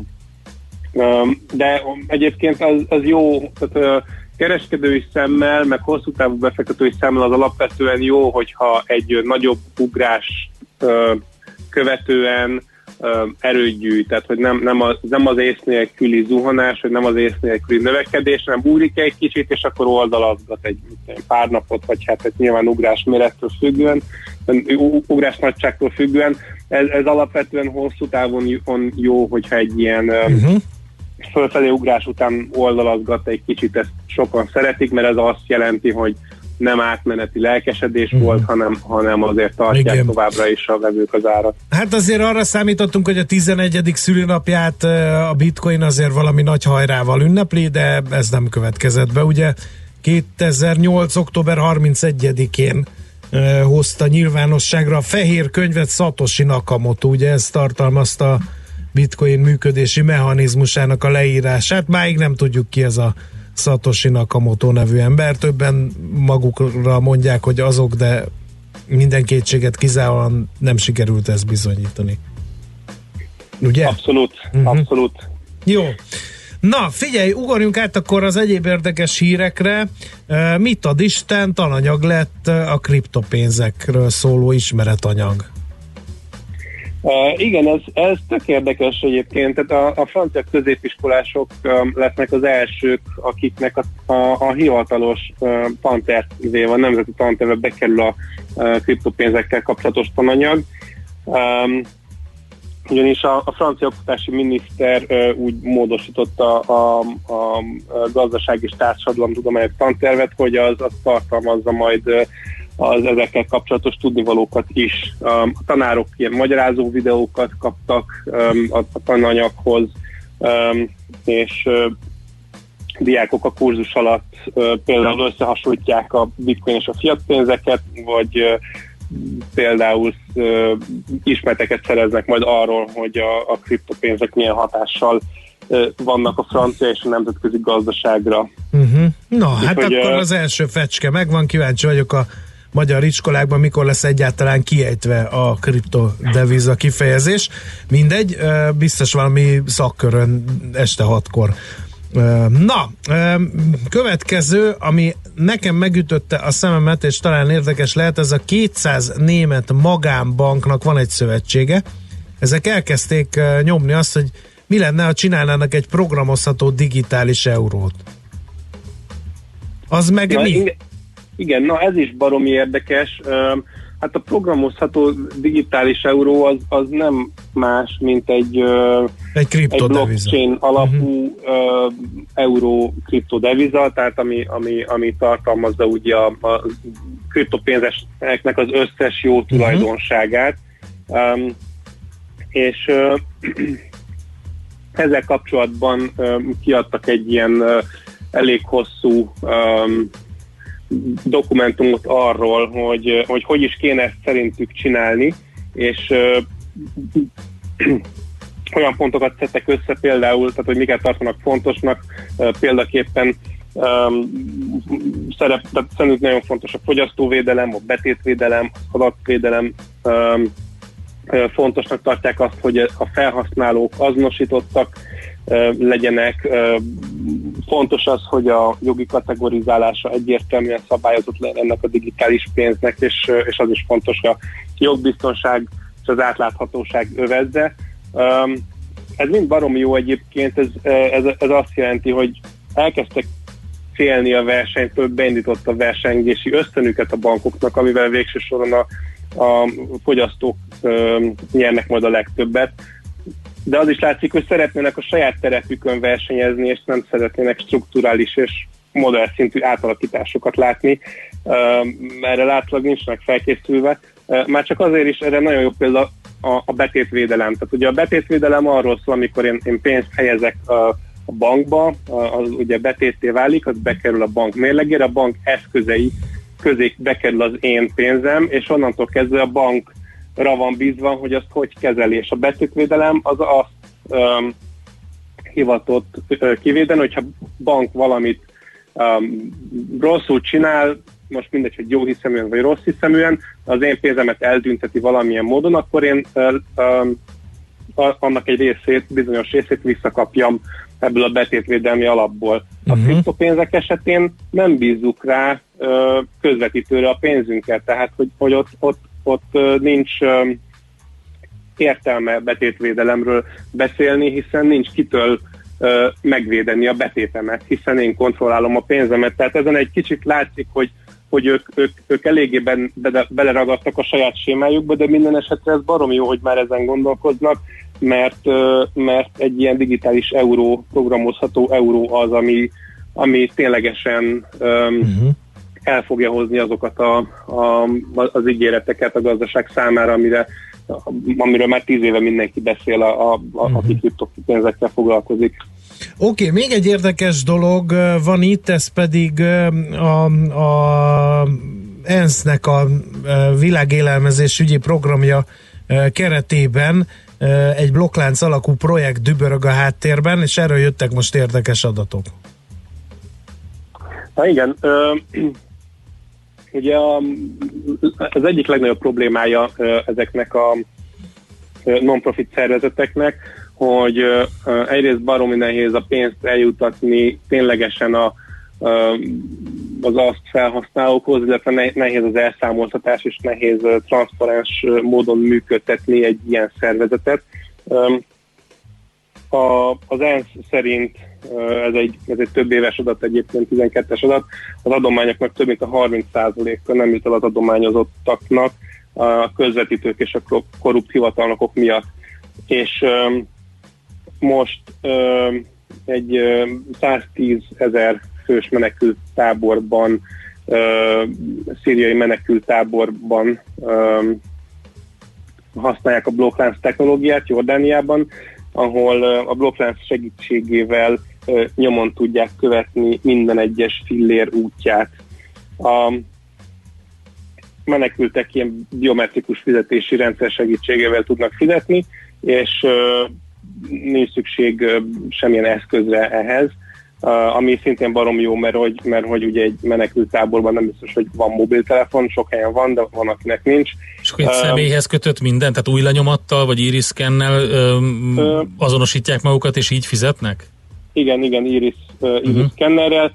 [SPEAKER 19] de egyébként az jó, tehát kereskedői szemmel, meg hosszú távú befektetői szemmel az alapvetően jó, hogyha egy nagyobb ugrás követően erőt gyűjt, tehát hogy nem az ész nélküli zuhanás, vagy nem az ész nélküli növekedés, hanem úrik egy kicsit, és akkor oldalazgat egy pár napot, vagy hát egy nyilván ugrás mérettől függően, ugrás nagyságtól függően. Ez alapvetően hosszú távon jó, hogyha egy ilyen fölfelé ugrás után oldalazgat egy kicsit, ezt sokan szeretik, mert ez azt jelenti, hogy nem átmeneti lelkesedés volt, hanem azért tartják továbbra is a vevők az árat.
[SPEAKER 4] Hát azért arra számítottunk, hogy a 11. szülinapját a Bitcoin azért valami nagy hajrával ünnepli, de ez nem következett be. Ugye 2008. október 31-én hozta nyilvánosságra a fehér könyvet Satoshi Nakamoto, ugye ez tartalmazta a Bitcoin működési mechanizmusának a leírását. Máig nem tudjuk ki ez a Satoshi Nakamoto nevű ember. Többen magukra mondják, hogy azok, de minden kétséget kizárólag nem sikerült ezt bizonyítani. Ugye?
[SPEAKER 19] Abszolút, abszolút.
[SPEAKER 4] Jó. Na, figyelj, ugorjunk át akkor az egyéb érdekes hírekre. Mit ad Isten? Tananyag lett a kriptopénzekről szóló ismeretanyag.
[SPEAKER 19] Igen, ez tök érdekes egyébként, tehát a francia középiskolások lesznek az elsők, akiknek a hivatalos tantervébe, a nemzeti tantervbe bekerül a kriptopénzekkel kapcsolatos tananyag. Ugyanis a francia oktatási miniszter úgy módosította a gazdaság és társadalomtudományos tantervet, hogy az tartalmazza majd az ezekkel kapcsolatos tudnivalókat is. A tanárok ilyen magyarázó videókat kaptak a tananyaghoz, és diákok a kurzus alatt például összehasonlítják a bitcoin és a fiat pénzeket, vagy például ismereteket szereznek majd arról, hogy a kriptopénzek milyen hatással vannak a francia és a nemzetközi gazdaságra.
[SPEAKER 4] Na, hát hogy, akkor az első fecske megvan, kíváncsi vagyok a magyar iskolákban, mikor lesz egyáltalán kiejtve a kriptodeviza kifejezés. Mindegy, biztos valami szakkörön este 6-kor. Na, következő, ami nekem megütötte a szememet, és talán érdekes lehet, ez a 200 német magánbanknak van egy szövetsége. Ezek elkezdték nyomni azt, hogy mi lenne, ha csinálnának egy programozható digitális eurót. Az meg mi?
[SPEAKER 19] Igen, na ez is baromi érdekes. Hát a programozható digitális euró az nem más, mint egy blockchain alapú euró kriptodeviza, tehát ami tartalmazza ugye a kriptopénzeseknek az összes jó tulajdonságát. És ezzel kapcsolatban kiadtak egy ilyen elég hosszú dokumentumot arról, hogy is kéne ezt szerintük csinálni, és olyan pontokat szedtek össze például, tehát hogy miket tartanak fontosnak, példaképpen tehát szerintük nagyon fontos a fogyasztóvédelem, a betétvédelem, az adatvédelem, fontosnak tartják azt, hogy a felhasználók azonosítottak legyenek. Fontos az, hogy a jogi kategorizálása egyértelműen szabályozott legyen ennek a digitális pénznek, és az is fontos, hogy a jogbiztonság és az átláthatóság övezze. Ez mind baromi jó egyébként, ez azt jelenti, hogy elkezdtek félni a versenytől, beindított a versengési ösztönüket a bankoknak, amivel végső soron a fogyasztók nyernek majd a legtöbbet. De az is látszik, hogy szeretnének a saját terepükön versenyezni, és nem szeretnének strukturális és modellszintű átalakításokat látni. Erre látszólag nincsenek felkészülve. Már csak azért is erre nagyon jó példa a betétvédelem. Tehát ugye a betétvédelem arról szól, amikor én pénzt helyezek a bankba, az ugye betétté válik, az bekerül a bank mérlegére, a bank eszközei közé bekerül az én pénzem, és onnantól kezdve a bankra van bízva, hogy azt hogy kezeli. És a betétvédelem az azt hivatott kivédeni, hogyha bank valamit rosszul csinál, most mindegy, hogy jó hiszeműen vagy rossz hiszeműen, az én pénzemet eltünteti valamilyen módon, akkor én annak egy részét, bizonyos részét visszakapjam ebből a betétvédelmi alapból. A kriptopénzek esetén nem bízzuk rá közvetítőre a pénzünket, tehát hogy ott nincs értelme betétvédelemről beszélni, hiszen nincs kitől megvédeni a betétemet, hiszen én kontrollálom a pénzemet. Tehát ezen egy kicsit látszik, hogy ők eléggé beleragadtak a saját sémájukba, de minden esetre ez baromi jó, hogy már ezen gondolkoznak, mert egy ilyen digitális euró, programozható euró az, ami ténylegesen el fogja hozni azokat az ígéreteket a gazdaság számára, amiről már 10 éve mindenki beszél, aki kriptopénzekkel foglalkozik.
[SPEAKER 4] Oké, még egy érdekes dolog van itt, ez pedig a ENSZ-nek a világélelmezésügyi programja keretében egy blokklánc alakú projekt dübörög a háttérben, és erről jöttek most érdekes adatok.
[SPEAKER 19] Na igen, ugye az egyik legnagyobb problémája ezeknek a non-profit szervezeteknek, hogy egyrészt baromi nehéz a pénzt eljutatni ténylegesen az azt felhasználókhoz, illetve nehéz az elszámoltatás, és nehéz transzparens módon működtetni egy ilyen szervezetet. Az ENSZ szerint, ez egy több éves adat, egyébként 12-es adat, az adományoknak több mint a 30%-a nem jut el az adományozottaknak a közvetítők és a korrupt hivatalnokok miatt. És most egy 110 000 fős menekült táborban, szíriai menekült táborban használják a blokklánc technológiát Jordániában, ahol a blokklánc segítségével nyomon tudják követni minden egyes fillér útját. A menekültek ilyen biometrikus fizetési rendszer segítségével tudnak fizetni, és nincs szükség semmilyen eszközre ehhez, ami szintén barom jó, mert hogy ugye egy menekült táborban nem biztos, hogy van mobiltelefon, sok helyen van, de van, akinek nincs.
[SPEAKER 5] És akkor egy személyhez kötött minden, tehát új lenyomattal, vagy iris-szkennel azonosítják magukat, és így fizetnek?
[SPEAKER 19] Igen, iris-szkennerrel.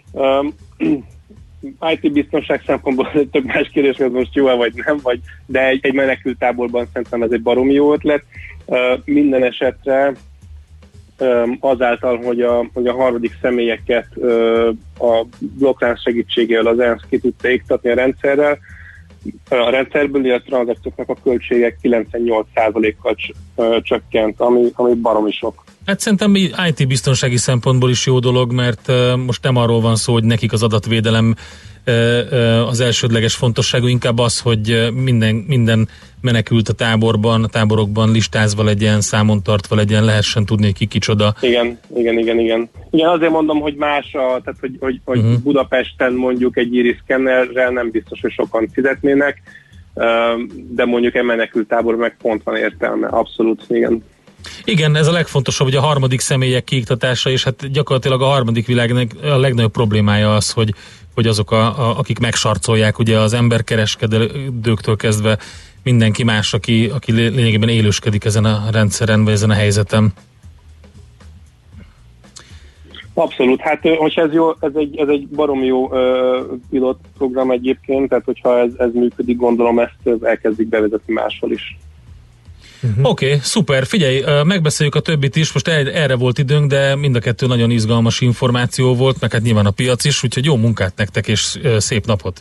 [SPEAKER 19] IT biztonság szempontból több más kérdés, hogy most jó vagy nem, de egy menekült táborban szerintem ez egy baromi jó ötlet. Minden esetre azáltal, hogy a harmadik személyeket a blokklánc segítségével az ENSZ ki tudta iktatni a rendszerrel, a rendszerből, a tranzakcióknak a költségek 98%-kal csökkent, ami baromi sok.
[SPEAKER 5] Hát szerintem IT biztonsági szempontból is jó dolog, mert most nem arról van szó, hogy nekik az adatvédelem az elsődleges fontosságú, inkább az, hogy minden menekült a táborokban listázva legyen, számon tartva legyen, lehessen tudni, hogy ki kicsoda.
[SPEAKER 19] Igen. Igen, azért mondom, hogy más, tehát hogy Budapesten mondjuk egy iris szkennerrel nem biztos, hogy sokan fizetnének, de mondjuk egy menekült tábor meg pont van értelme, abszolút, igen.
[SPEAKER 5] Igen, ez a legfontosabb, hogy a harmadik személyek kiiktatása, és hát gyakorlatilag a harmadik világnak a legnagyobb problémája az, hogy azok, akik megsarcolják, ugye az emberkereskedőktől kezdve mindenki más, aki lényegében élősködik ezen a rendszeren, vagy ezen a helyzeten.
[SPEAKER 19] Abszolút, hát hogyha ez jó, ez egy baromi jó pilot program egyébként, tehát hogyha ez működik, gondolom ezt elkezdik bevezetni máshol is.
[SPEAKER 5] Oké, szuper, figyelj, megbeszéljük a többit is, most erre volt időnk, de mind a kettő nagyon izgalmas információ volt, meg hát nyilván a piac is, úgyhogy jó munkát nektek, és szép napot!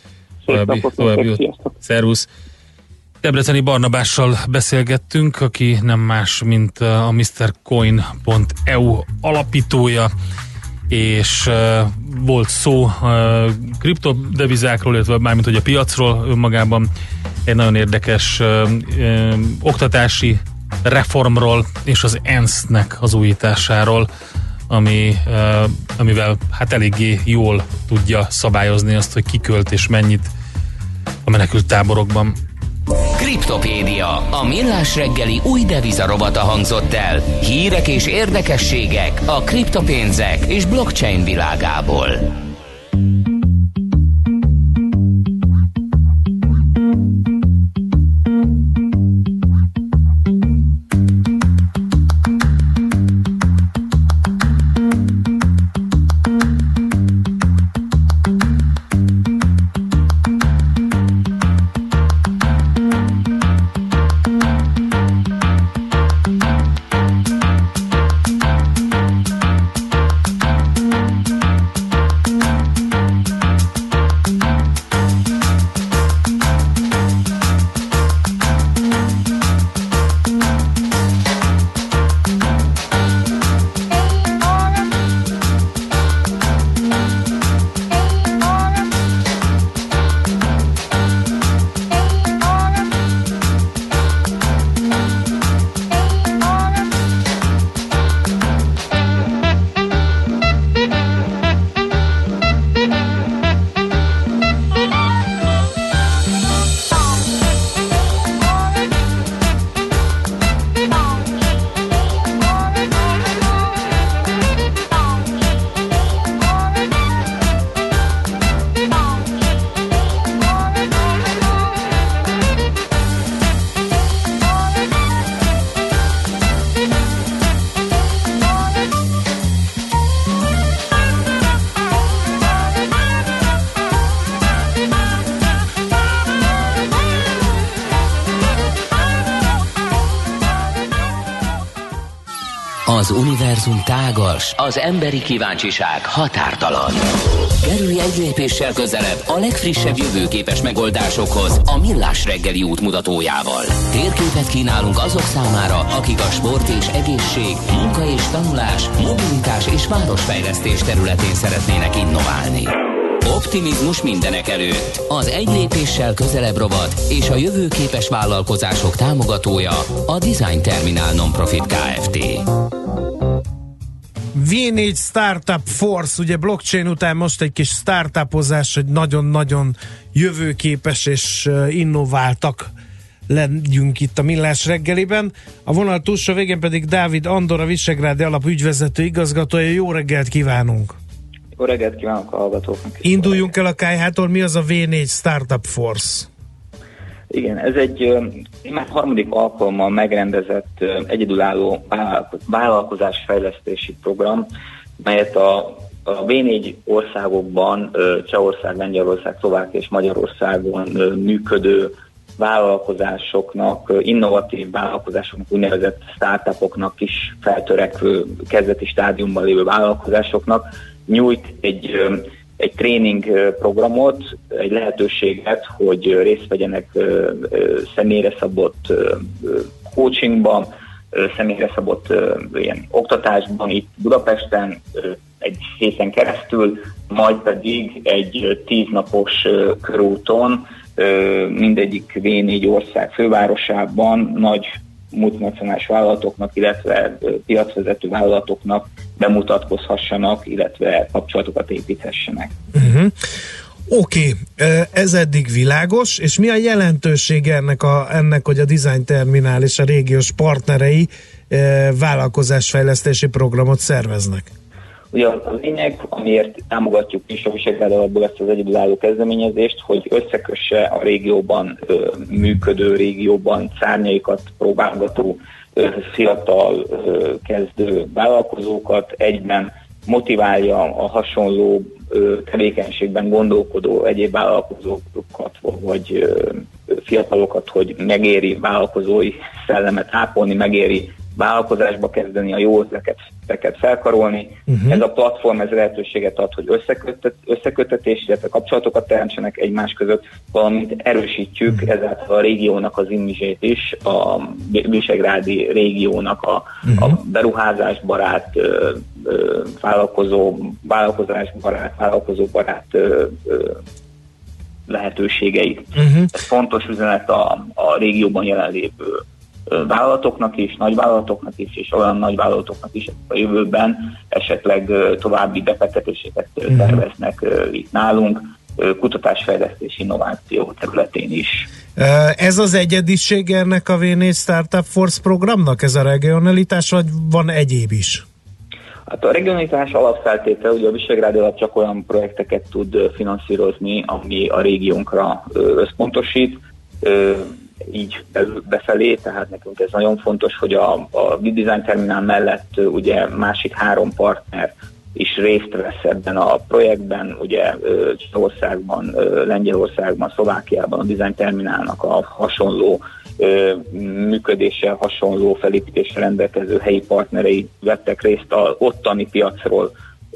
[SPEAKER 5] Szervusz! Debreceni Barnabással beszélgettünk, aki nem más, mint a MrCoin.eu alapítója, és volt szó kriptodevizákról, illetve mármint hogy a piacról önmagában, egy nagyon érdekes oktatási reformról és az ENSZ-nek az újításáról, amivel hát eléggé jól tudja szabályozni azt, hogy ki költ és mennyit a menekült táborokban.
[SPEAKER 1] Kriptopédia, a millás reggeli új devizarobata hangzott el. Hírek és érdekességek a kriptopénzek és blockchain világából. Az univerzum tágas, az emberi kíváncsiság határtalan. Kerülj egy lépéssel közelebb a legfrissebb jövőképes megoldásokhoz a Millás reggeli útmutatójával. Térképet kínálunk azok számára, akik a sport és egészség, munka és tanulás, mobilitás és városfejlesztés területén szeretnének innoválni. Optimizmus mindenek előtt. Az egy lépéssel közelebb rovat és a jövőképes vállalkozások támogatója a Design Terminal Non-Profit Kft.
[SPEAKER 4] V4 Startup Force, ugye blockchain után most egy kis startupozás, hogy nagyon-nagyon jövőképes és innováltak legyünk itt a Millás reggeliben. A vonal túlsó végén pedig Dávid Andor, a Visegrádi Alap ügyvezető igazgatója. Jó reggelt kívánunk!
[SPEAKER 20] Jó reggelt kívánok a hallgatóknak!
[SPEAKER 4] Induljunk el a KH-tól, mi az a V4 Startup Force?
[SPEAKER 20] Igen, ez egy már harmadik alkalommal megrendezett egyedülálló vállalkozásfejlesztési program, melyet a V4 országokban, Csehország, Lengyelország, Szlovákia és Magyarországon működő vállalkozásoknak, innovatív vállalkozásoknak, úgynevezett startupoknak is feltörekvő, kezdeti stádiumban lévő vállalkozásoknak nyújt egy egy tréning programot, egy lehetőséget, hogy részt vegyenek személyre szabott coachingban, személyre szabott ilyen oktatásban itt Budapesten egy héten keresztül, majd pedig egy 10 napos körúton mindegyik V4 ország fővárosában nagy multinacionális vállalatoknak, illetve piacvezető vállalatoknak bemutatkozhassanak, illetve kapcsolatokat építhessenek.
[SPEAKER 4] Oké, ez eddig világos, és mi a jelentősége ennek, hogy a Design Terminál és a régiós partnerei vállalkozásfejlesztési programot szerveznek?
[SPEAKER 20] Ugye a lényeg, amiért támogatjuk is a Visegrád alapból ezt az egyedülálló kezdeményezést, hogy összekösse a régióban működő, régióban szárnyaikat próbálgató fiatal kezdő vállalkozókat, egyben motiválja a hasonló tevékenységben gondolkodó egyéb vállalkozókat, vagy fiatalokat, hogy megéri vállalkozói szellemet ápolni, megéri vállalkozásba kezdeni, a jó ötleteket felkarolni. Ez a platform ez lehetőséget ad, hogy összeköttetés, illetve kapcsolatokat teremtsenek egymás között, valamint erősítjük ezáltal a régiónak az imizsét is, a visegrádi régiónak a beruházásbarát, vállalkozóbarát lehetőségeit. Ez fontos üzenet a régióban jelenlévő vállalatoknak is, nagyvállalatoknak is, és olyan nagyvállalatoknak is a jövőben esetleg további befektetéseket terveznek itt nálunk, kutatásfejlesztés, innováció területén is.
[SPEAKER 4] Ez az egyediség ennek a V4 Startup Force programnak, ez a regionalitás, vagy van egyéb is?
[SPEAKER 20] Hát a regionalitás alapfeltétel, ugye a Visegrádi Alap csak olyan projekteket tud finanszírozni, ami a régiónkra összpontosít, így befelé, tehát nekünk ez nagyon fontos, hogy a Design Terminál mellett ugye másik 3 partner is részt vesz ebben a projektben, ugye Csehországban, Lengyelországban, Szlovákiában a Design Terminálnak a hasonló működéssel, hasonló felépítéssel rendelkező helyi partnerei vettek részt az ottani piacon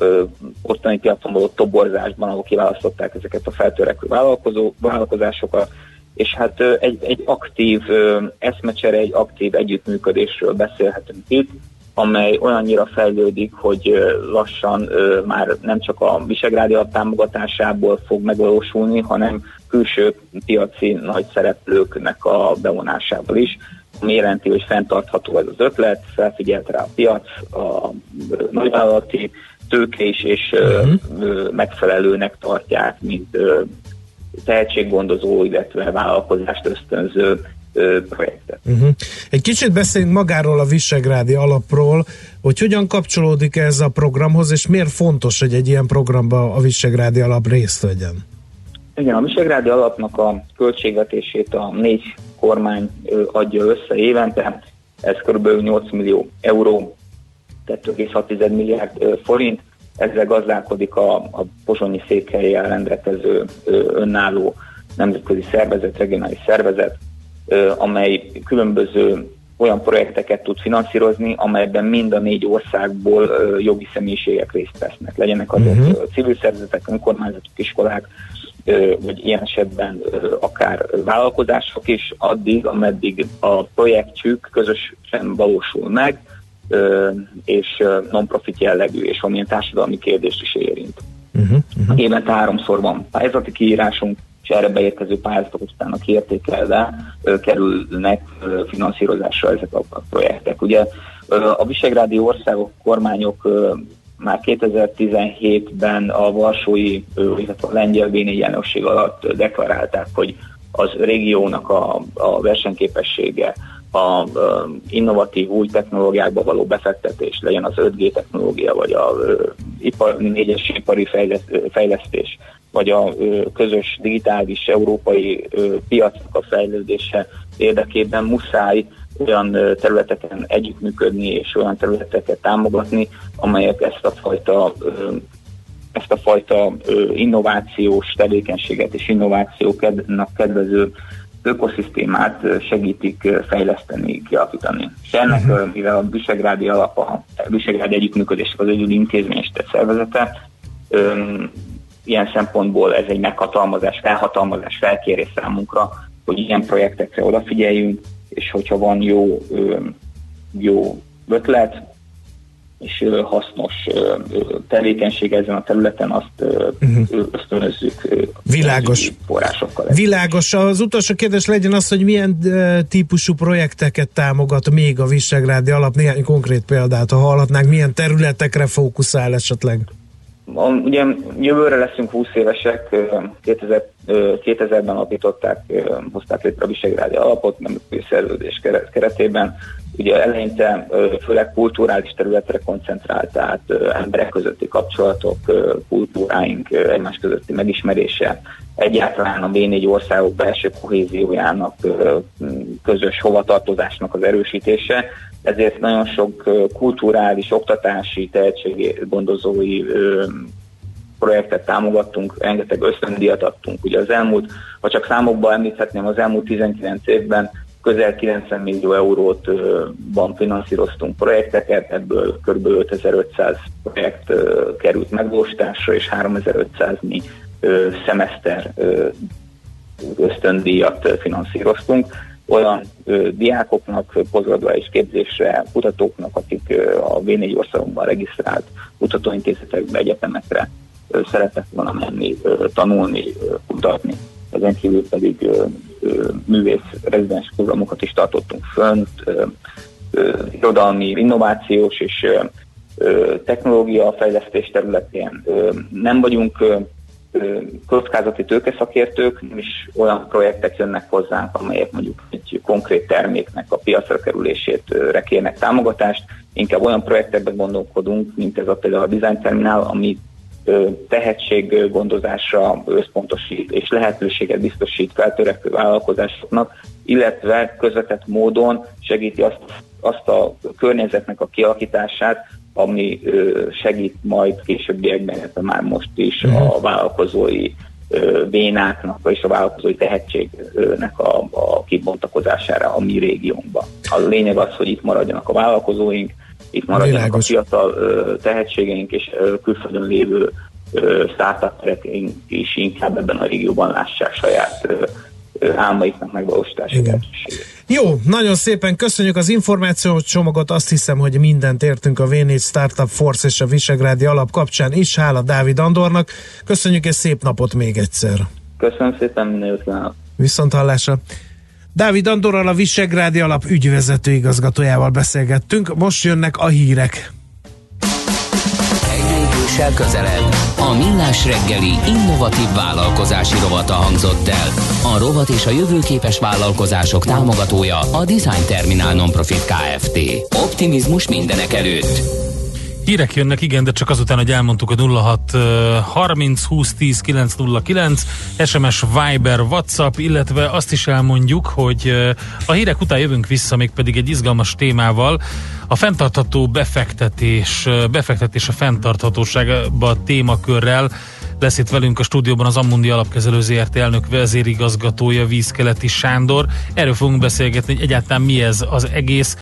[SPEAKER 20] való toborzásban, ahol kiválasztották ezeket a feltörekvő vállalkozásokat, és hát egy aktív eszmecsere, egy aktív együttműködésről beszélhetünk itt, amely olyannyira fejlődik, hogy lassan már nem csak a Visegrádi Alap támogatásából fog megvalósulni, hanem külső piaci nagy szereplőknek a bevonásával is, ami jelenti, hogy fenntartható ez az ötlet, felfigyelt rá a piac, a nagyvállalati tőke is, és megfelelőnek tartják, mint tehetséggondozó, illetve vállalkozást ösztönző projektet.
[SPEAKER 4] Egy kicsit beszéljünk magáról a Visegrádi Alapról, hogy hogyan kapcsolódik ez a programhoz, és miért fontos, hogy egy ilyen programban a Visegrádi Alap részt vegyen?
[SPEAKER 20] Igen, a Visegrádi Alapnak a költségvetését a 4 kormány adja össze évente, ez kb. 8 millió euró, 2,6 milliárd forint, ezzel gazdálkodik a pozsonyi székhellyel rendelkező önálló nemzetközi szervezet, regionális szervezet, amely különböző olyan projekteket tud finanszírozni, amelyben mind a 4 országból jogi személyiségek részt vesznek. Legyenek azok civil szervezetek, önkormányzatok, iskolák, vagy ilyen esetben akár vállalkozások is, addig, ameddig a projektjük közösen valósul meg, és non-profit jellegű, és valamilyen társadalmi kérdést is érint. Évente 3-szor van pályázati kiírásunk, és erre beérkező pályázatok utána kiértékelve kerülnek finanszírozásra ezek a projektek. Ugye a visegrádi országok, kormányok már 2017-ben a varsói, illetve a lengyel V4 elnökség alatt deklarálták, hogy az régiónak a versenyképessége, a innovatív új technológiákba való befektetés, legyen az 5G technológia, vagy a 4-es ipari fejlesztés, vagy a közös digitális európai piacnak a fejlődése érdekében muszáj olyan területeken együttműködni és olyan területeket támogatni, amelyek ezt a fajta innovációs tevékenységet és innovációknak kedvező ökoszisztémát segítik fejleszteni, kialakítani. És ennek, mivel a Visegrádi Alap, a Visegrádi Együttműködésnek az együtt intézményes szervezete, ilyen szempontból ez egy meghatalmazás, felkérés számunkra, hogy ilyen projektekre odafigyeljünk, és hogyha van jó ötlet, és hasznos tevékenység ezen a területen, azt ösztönözzük forrásokkal.
[SPEAKER 4] Világos. Az utolsó kérdés legyen az, hogy milyen típusú projekteket támogat még a Visegrádi Alap, néhány konkrét példát, ha hallhatnánk, milyen területekre fókuszál esetleg?
[SPEAKER 20] Ugye jövőre leszünk 20 évesek, 2000-ben hozták létre a Visegrádi Alapot, nemzetközi szerződés keretében. Ugye eleinte főleg kulturális területre koncentrált, tehát emberek közötti kapcsolatok, kultúráink egymás közötti megismerése, egyáltalán a V4 országok belső kohéziójának, közös hovatartozásnak az erősítése, ezért nagyon sok kulturális, oktatási, tehetséggondozói projektet támogattunk, rengeteg ösztöndíjat adtunk. Ugye az elmúlt, ha csak számokban említhetném, az elmúlt 19 évben közel 90 millió euróban finanszíroztunk projekteket, ebből kb. 5500 projekt került megvalósításra, és 3500-nyi szemeszter ösztöndíjat finanszíroztunk. Olyan diákoknak, posztgraduális képzésre, kutatóknak, akik a V4 országokban regisztrált kutatóintézetekbe, egyetemekre szerettek volna menni, tanulni, kutatni. Ezen kívül pedig művész rezidens programokat is tartottunk fönt, irodalmi, innovációs és technológiafejlesztés területén. Nem vagyunk kockázati tőkeszakértők, nem is olyan projektek jönnek hozzánk, amelyek mondjuk egy konkrét terméknek a piacra kerülését kérnek támogatást, inkább olyan projektekben gondolkodunk, mint ez a például a Design Terminál, ami tehetséggondozásra összpontosít és lehetőséget biztosít feltörekvő vállalkozásoknak, illetve közvetett módon segíti azt a környezetnek a kialakítását, ami segít majd későbbiekben, illetve már most is a vállalkozói vénáknak és a vállalkozói tehetségnek a kibontakozására a mi régiónkban. A lényeg az, hogy itt maradjanak a vállalkozóink, itt maradjanak a fiatal tehetségeink, és külföldön lévő startupok is inkább ebben a régióban lássák saját álmaiknak megvalósítási lehetőséget.
[SPEAKER 4] Jó, nagyon szépen köszönjük az információcsomagot, azt hiszem, hogy mindent értünk a V4 Startup Force és a Visegrádi Alap kapcsán is, hála Dávid Andornak. Köszönjük, és szép napot még egyszer.
[SPEAKER 20] Köszönöm szépen, minden jót kívánok.
[SPEAKER 4] Viszonthallásra. Dávid Andorral, a Visegrádi Alap ügyvezető igazgatójával beszélgettünk, most jönnek a hírek.
[SPEAKER 1] Egy közelebb. A Millás reggeli innovatív vállalkozási rovata hangzott el. A rovat és a jövőképes vállalkozások támogatója a Design Terminál Non-Profit Kft. Optimizmus mindenek előtt.
[SPEAKER 5] Hírek jönnek, igen, de csak azután, hogy elmondtuk, hogy 06 30 20 10 909, SMS, Viber, WhatsApp, illetve azt is elmondjuk, hogy a hírek után jövünk vissza, mégpedig egy izgalmas témával. A fenntartható befektetés a fenntarthatóságba témakörrel lesz itt velünk a stúdióban az Amundi Alapkezelő Zrt. Elnök vezérigazgatója, Vízkeleti Sándor. Erről fogunk beszélgetni, hogy egyáltalán mi ez az egész,